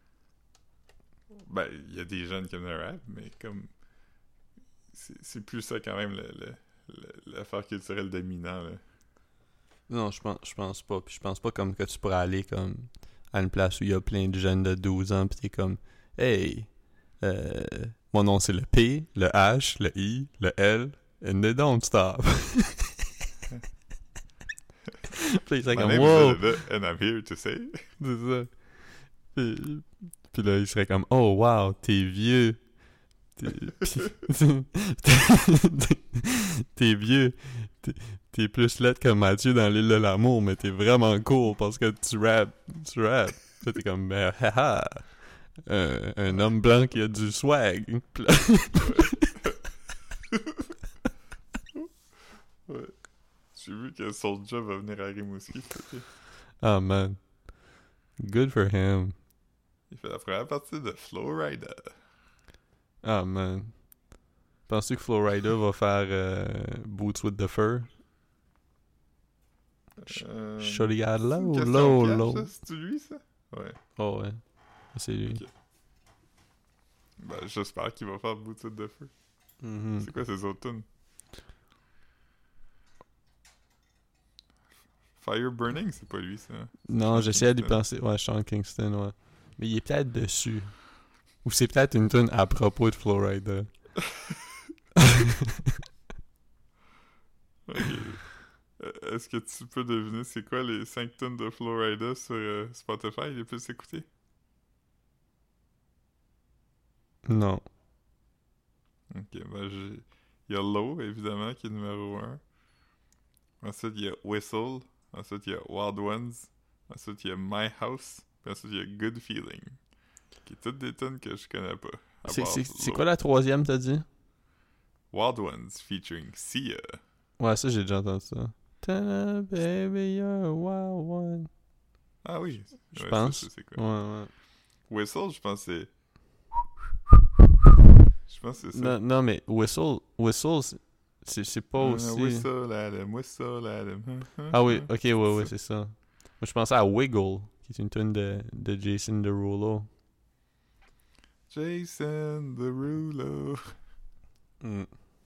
Speaker 1: Ben, il y a des jeunes qui aiment le rap, mais comme... C'est, c'est plus ça, quand même, le, le, le- l'affaire culturelle dominant, là.
Speaker 2: Non, je pense, je pense pas. Puis je pense pas comme que tu pourrais aller comme à une place où il y a plein de jeunes de douze ans, puis t'es comme, hey, euh, mon nom c'est le P, le H, le I, le L, and they don't stop. Puis il serait
Speaker 1: My
Speaker 2: comme,
Speaker 1: name
Speaker 2: wow,
Speaker 1: is Zelda, and I'm here to say...
Speaker 2: c'est ça. Puis, puis là, il serait comme, oh wow, t'es vieux. T'es, puis- t'es vieux. T'es, t'es, t'es plus laid que Mathieu dans l'île de l'amour, mais t'es vraiment cool parce que tu rappes, tu rappes. Puis t'es comme, ben, haha, un, un homme blanc qui a du swag. Puis là-
Speaker 1: Ouais. J'ai vu que Soulja va venir à Rimouski cet été.
Speaker 2: Ah, man. Good for him.
Speaker 1: Il fait la première partie de Flowrider.
Speaker 2: Ah, man. Penses-tu que Flowrider va faire euh, Boots with the Fur?
Speaker 1: Euh,
Speaker 2: Shorty got
Speaker 1: c'est une
Speaker 2: low,
Speaker 1: question
Speaker 2: low,
Speaker 1: piège,
Speaker 2: low.
Speaker 1: ça? C'est-tu lui, ça? Ouais.
Speaker 2: Oh, ouais. C'est lui.
Speaker 1: Ok. Ben, j'espère qu'il va faire Boots with the Fur.
Speaker 2: Mhm.
Speaker 1: C'est quoi ces autres tunes? Fire Burning, c'est pas lui, ça.
Speaker 2: Non,
Speaker 1: Sean
Speaker 2: j'essayais d'y
Speaker 1: Kingston.
Speaker 2: penser. Ouais, Sean Kingston, ouais. Mais il est peut-être dessus. Ou c'est peut-être une tune à propos de Flowrider.
Speaker 1: Ok. Euh, Est-ce que tu peux deviner c'est quoi les cinq tunes de Flowrider sur euh, Spotify les plus écoutées?
Speaker 2: Non.
Speaker 1: Ok, ben j'ai... Il y a Low, évidemment, qui est numéro un. Ensuite, il y a Whistle. Ensuite, il y a Wild Ones. Ensuite, il y a My House. Puis ensuite, il y a Good Feeling. Qui est toutes des tunes que je connais pas. à
Speaker 2: C'est,
Speaker 1: part
Speaker 2: c'est, c'est
Speaker 1: Low.
Speaker 2: quoi la troisième, t'as dit?
Speaker 1: Wild Ones featuring Sia.
Speaker 2: Ouais, ça, j'ai déjà entendu ça. Ta-da, baby, you're a wild one.
Speaker 1: Ah oui.
Speaker 2: Je
Speaker 1: Ouais,
Speaker 2: pense.
Speaker 1: ça, je sais quoi.
Speaker 2: Ouais, ouais.
Speaker 1: Whistle, je pense que c'est... Je pense que c'est ça.
Speaker 2: Non, non, mais Whistle, Whistle, c'est, c'est, c'est pas
Speaker 1: Euh,
Speaker 2: aussi...
Speaker 1: Whistle, Adam, Whistle, Adam.
Speaker 2: Ah oui, ok, ouais, ouais, c'est ça. Moi, je pensais à Wiggle, qui est une tune de, de Jason Derulo.
Speaker 1: Jason Derulo.
Speaker 2: Mm.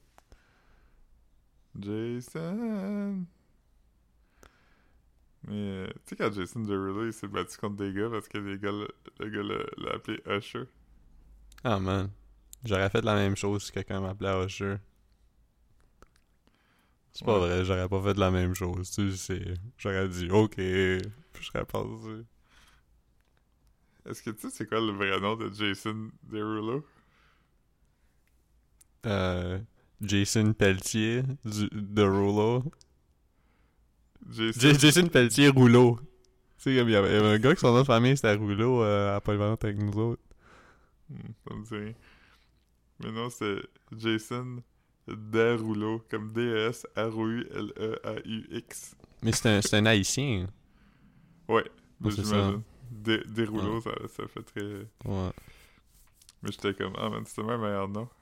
Speaker 1: Jason. Mais, euh, tu sais, quand Jason Derulo, il s'est battu contre des gars parce que les gars, le, le gars l'a, l'a appelé Usher.
Speaker 2: Ah, man. J'aurais fait la même chose si quelqu'un m'appelait Usher. C'est pas
Speaker 1: Ouais.
Speaker 2: vrai, j'aurais pas fait la même chose, tu sais. J'aurais dit, ok, puis je serais passé.
Speaker 1: Est-ce que tu sais c'est quoi le vrai nom de Jason Derulo?
Speaker 2: Euh, Jason Pelletier, du, de Rouleau.
Speaker 1: Jason.
Speaker 2: J- Jason Pelletier Rouleau. Tu sais, comme il y avait, il y avait un gars qui son nom de famille c'était Rouleau euh, à Polyvalente avec nous autres.
Speaker 1: Hmm, ça me dit rien. Mais non, c'est Jason Derulo, comme D E S R O U L E A U X.
Speaker 2: Mais c'est un, c'est un haïtien.
Speaker 1: Ouais, ben,
Speaker 2: Ouais, c'est
Speaker 1: j'imagine. Des, des rouleaux,
Speaker 2: Ouais.
Speaker 1: ça, ça fait très...
Speaker 2: Ouais.
Speaker 1: Mais j'étais comme, ah man, c'était même un meilleur nom.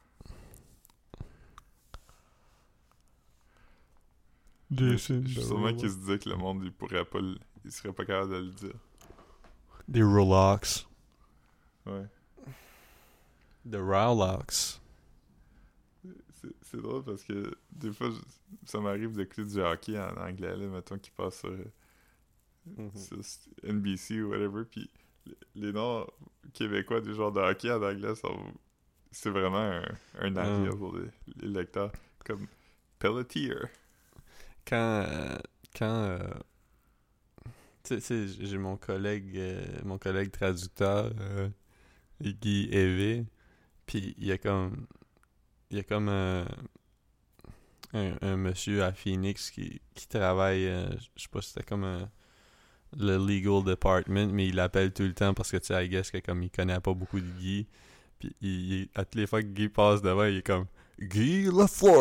Speaker 2: Jason
Speaker 1: Je suis sûrement qu'il se disait que le monde, il pourrait pas... le- Il serait pas capable de le dire.
Speaker 2: Des Rolox.
Speaker 1: Ouais.
Speaker 2: Des Rolox.
Speaker 1: C'est, c'est drôle parce que des fois, je- ça m'arrive d'écouter du hockey en anglais, là, mettons, qui passe sur, euh,
Speaker 2: Mm-hmm.
Speaker 1: sur N B C ou whatever, puis les, les noms québécois des joueurs de hockey en anglais sont... C'est vraiment un, un navire
Speaker 2: Mm.
Speaker 1: pour les, les lecteurs. Comme Pelletier.
Speaker 2: Quand... euh, quand... euh, tu sais- tu sais, j'ai mon collègue... euh, mon collègue traducteur, euh, Guy Evé, puis il y a comme... Il y a comme un... Un, un monsieur à Phoenix qui, qui travaille... euh, je sais pas si c'était comme un... le legal department, mais il l'appelle tout le temps parce que, tu sais, I guess que comme il connaît pas beaucoup de Guy, puis il, il- à toutes les fois que Guy passe devant, il est comme « Guy Lafleur! »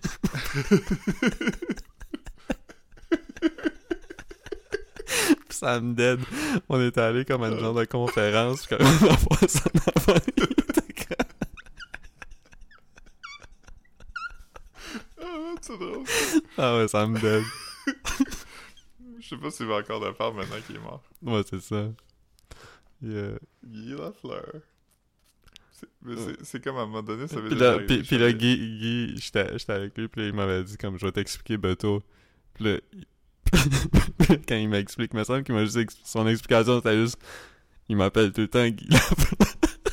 Speaker 2: Puis ça me dead. On est allé comme à une genre de conférence, puis comme on va voir ça en avant, il était comme-
Speaker 1: Ah, c'est drôle.
Speaker 2: Ah ouais, ça me dead.
Speaker 1: Je sais pas s'il va encore le faire maintenant qu'il est mort.
Speaker 2: Ouais, c'est ça. Yeah.
Speaker 1: Guy Lafleur. C'est, mais c'est, c'est comme à un moment donné, ça veut
Speaker 2: Puis
Speaker 1: déjà
Speaker 2: là,
Speaker 1: arriver,
Speaker 2: puis,
Speaker 1: je
Speaker 2: puis là,
Speaker 1: savais.
Speaker 2: Guy, Guy j'étais, j'étais avec lui, puis là, il m'avait dit comme, je vais t'expliquer Beto. Puis là, il- quand il m'explique, il me semble qu'il m'a juste ex- son explication, c'était juste, il m'appelle tout le temps Guy Lafleur.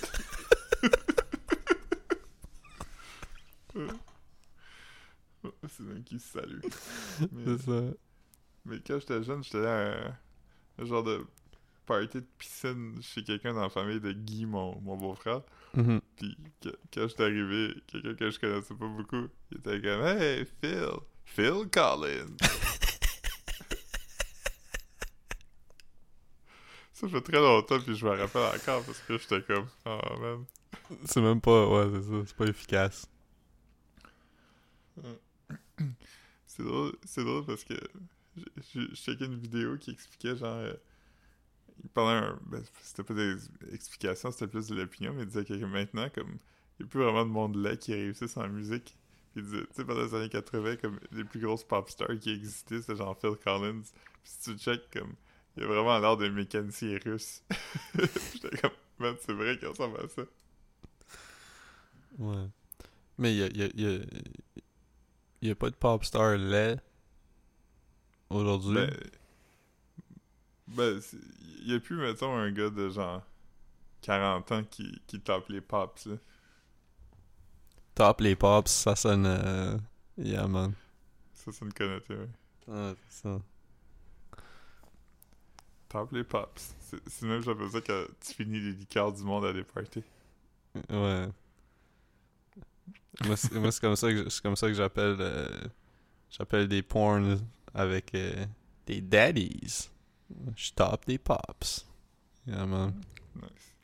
Speaker 1: C'est même qui se salue. Mais,
Speaker 2: C'est ça.
Speaker 1: mais quand j'étais jeune, j'étais là à un, un genre de party de piscine chez quelqu'un dans la famille de Guy, mon, mon beau-frère.
Speaker 2: Mhm.
Speaker 1: Puis que- quand j'étais arrivé, quelqu'un que je connaissais pas beaucoup, il était comme « Hey, Phil! » Phil Collins. Ça fait très longtemps, puis je me rappelle encore parce que j'étais comme, oh man.
Speaker 2: C'est même pas, ouais, c'est ça, c'est pas efficace.
Speaker 1: C'est drôle, c'est drôle parce que je, je, je checkais une vidéo qui expliquait genre. Euh, il parlait un. Ben, c'était pas des explications, c'était plus de l'opinion, mais il disait que maintenant, comme. Il n'y a plus vraiment de monde là qui réussissent en musique. Puis il disait, tu sais, pendant les années quatre-vingts, comme les plus grosses pop stars qui existaient, c'était genre Phil Collins. Puis si tu check, comme. Il a vraiment l'air d'un mécanicien russe. J'étais comme, man, c'est vrai qu'il ressemble à ça.
Speaker 2: Ouais. Mais il y a, y a, y a, y a pas de pop star laid aujourd'hui.
Speaker 1: Ben. Ben, il y a plus, mettons, un gars de genre quarante ans qui, qui tape les pops, là.
Speaker 2: Top les pops, ça sonne. Euh... Yeah, man.
Speaker 1: Ça, c'est une connoté, ouais.
Speaker 2: Ah, c'est ça.
Speaker 1: Tape les pops. C'est, c'est même, j'appelle ça quand tu finis les liqueurs du monde à des parties.
Speaker 2: Ouais. Moi, c'est, moi, c'est comme ça que c'est comme ça que j'appelle euh, j'appelle des porns avec euh, des daddies. Je tape des pops. Yeah, man.
Speaker 1: Nice.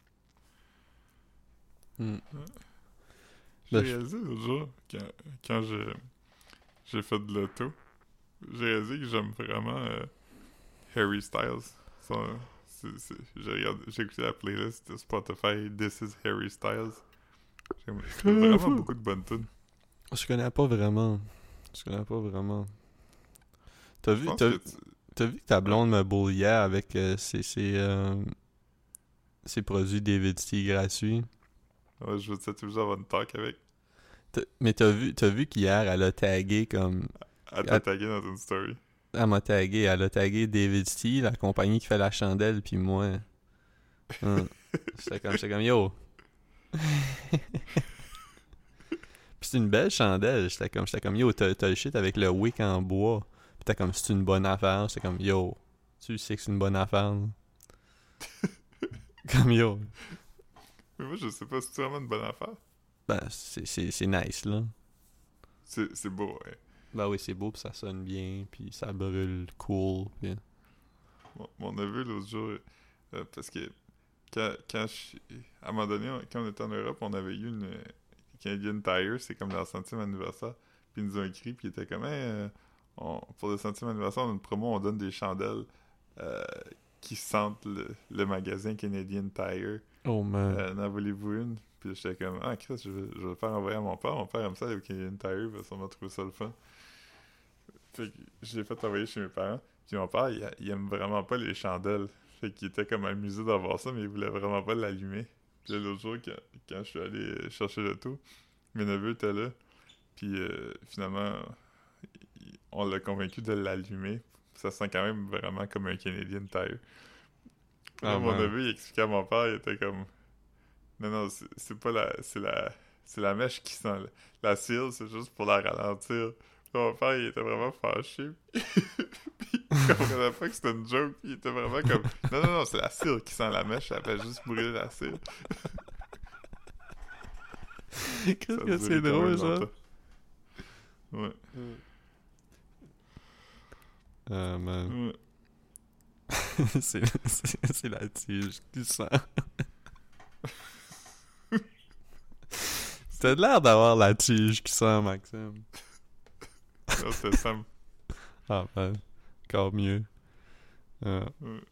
Speaker 2: Mm.
Speaker 1: Ouais. J'ai
Speaker 2: Ben,
Speaker 1: réalisé l'autre jour, quand, quand j'ai, j'ai fait de l'auto, j'ai réalisé que j'aime vraiment euh, Harry Styles. Son, c'est, c'est, j'ai, regardé, j'ai écouté la playlist de Spotify This is Harry Styles. J'aime, j'aime vraiment beaucoup de bonnes tunes.
Speaker 2: Je connais pas vraiment. Je connais pas vraiment. T'as vu, t'as,
Speaker 1: Tu...
Speaker 2: t'as vu que ta blonde me bulliait avec euh, ses, ses, euh, ses produits D V D gratuits?
Speaker 1: Ouais, je veux dire, toujours avoir une talk avec.
Speaker 2: T'as, mais t'as vu, t'as vu qu'hier, elle a tagué comme...
Speaker 1: Elle t'a tagué dans une story.
Speaker 2: Elle m'a tagué. Elle a tagué David Stee, la compagnie qui fait la chandelle, puis moi. Hum. J'étais comme, j'étais comme, yo. Puis c'est une belle chandelle. J'étais comme, j'étais comme, yo, t'as, t'as le shit avec le wick en bois. Puis t'es comme, c'est une bonne affaire. J'étais comme, yo, tu sais que c'est une bonne affaire. Comme, yo.
Speaker 1: Mais moi, je sais pas si c'est vraiment une bonne affaire.
Speaker 2: Ben, c'est, c'est, c'est nice, là.
Speaker 1: C'est, c'est beau, ouais.
Speaker 2: Ben oui, c'est beau, puis ça sonne bien, puis ça brûle cool. Puis...
Speaker 1: Mon, mon neveu, l'autre jour, euh, parce que quand, quand je, à un moment donné, on, quand on était en Europe, on avait eu une euh, Canadian Tire, c'est comme leur centième anniversaire. Puis ils nous ont écrit, puis ils étaient comme, hey, euh, on, pour le centième anniversaire, on a une promo, on donne des chandelles euh, qui sentent le, le magasin Canadian Tire.
Speaker 2: Oh man.
Speaker 1: Euh, en voulez-vous une? Puis j'étais comme, ah Chris, je vais, je vais le faire envoyer à mon père. Mon père aime ça, le Canadian Tire, parce qu'on m'a trouvé ça le fun. Fait que je l'ai fait envoyer chez mes parents. Puis mon père, il, il aime vraiment pas les chandelles. Fait qu'il était comme amusé d'avoir ça, mais il voulait vraiment pas l'allumer. Puis là, l'autre jour, quand, quand je suis allé chercher l'auto, mes neveux étaient là. Puis euh, finalement, il, on l'a convaincu de l'allumer. Ça sent quand même vraiment comme un Canadian Tire. Puis là,
Speaker 2: Ah,
Speaker 1: mon
Speaker 2: man.
Speaker 1: neveu, il expliquait à mon père, il était comme... Non, non, c'est, c'est pas la... C'est la... C'est la mèche qui sent... La, la cire, c'est juste pour la ralentir. Puis mon père, il était vraiment fâché. Puis il comprenait pas que c'était une joke. Il était vraiment comme... Non, non, non, c'est la cire qui sent la mèche. Elle fait juste brûler la cire.
Speaker 2: Qu'est-ce que c'est drôle, ça?
Speaker 1: Ouais.
Speaker 2: Ah, man.
Speaker 1: Ouais.
Speaker 2: c'est, c'est, c'est la tige qui sent. T'as l'air d'avoir la tige qui sent, Maxime.
Speaker 1: Non, c'était Sam.
Speaker 2: Ah, ben, encore mieux. Ah.
Speaker 1: Ouais.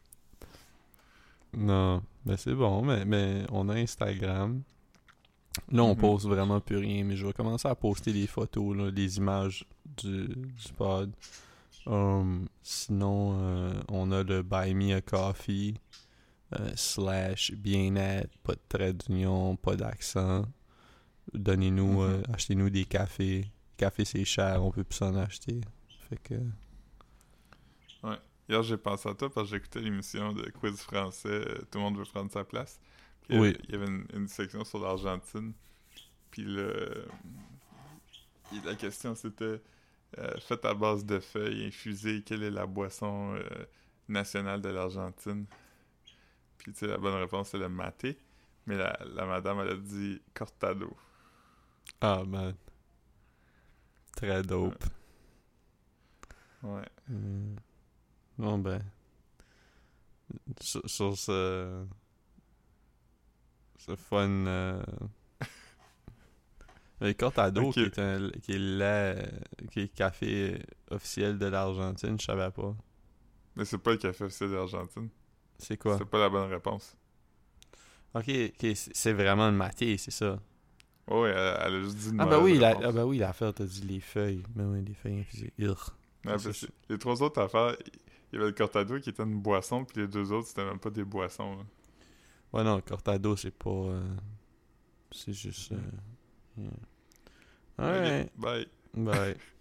Speaker 2: Non, mais c'est bon, mais, mais on a Instagram. Là, on
Speaker 1: Mhm.
Speaker 2: poste vraiment plus rien, mais je vais commencer à poster des photos, là, des images du, du pod. Um, sinon, euh, on a le Buy Me a Coffee, euh, slash bien-être, pas de trait d'union, pas d'accent. Donnez-nous, euh,
Speaker 1: Mhm.
Speaker 2: achetez-nous des cafés. Café, c'est cher, on peut plus s'en acheter. Fait que...
Speaker 1: Ouais. Hier, j'ai pensé à toi parce que j'écoutais l'émission de quiz français euh, Tout le monde veut prendre sa place. Puis,
Speaker 2: Oui.
Speaker 1: euh, il y avait une, une section sur l'Argentine. Puis le, et la question, c'était euh, faites à base de feuilles infusées, quelle est la boisson euh, nationale de l'Argentine? Puis, tu sais, la bonne réponse, c'est le maté. Mais la, la madame, elle a dit cortado.
Speaker 2: Ah, man. Très dope.
Speaker 1: Ouais.
Speaker 2: Euh, Bon, ben. Sur, sur ce. Ce fun. Euh, le cortado,
Speaker 1: Ok.
Speaker 2: qui est un. Qui est lait. Qui est le café officiel de l'Argentine, je savais pas.
Speaker 1: Mais c'est pas le café officiel de l'Argentine.
Speaker 2: C'est quoi?
Speaker 1: C'était pas la bonne réponse.
Speaker 2: Ok, ok, c'est c'est vraiment le maté, c'est ça.
Speaker 1: Oh, ouais, elle, elle a juste dit une
Speaker 2: Ah, ben
Speaker 1: mauvaise
Speaker 2: oui, la,
Speaker 1: réponse.
Speaker 2: ah, ben oui, l'affaire, t'as dit les feuilles. Ben oui, les feuilles infusées. Urgh.
Speaker 1: Ouais,
Speaker 2: C'est
Speaker 1: parce
Speaker 2: ça.
Speaker 1: que les trois autres affaires, il y avait le cortado qui était une boisson, puis les deux autres, c'était même pas des boissons. Là.
Speaker 2: Ouais, non, cortado, c'est pas. euh, c'est juste. Euh, yeah.
Speaker 1: Ok,
Speaker 2: Alright.
Speaker 1: bye.
Speaker 2: Bye.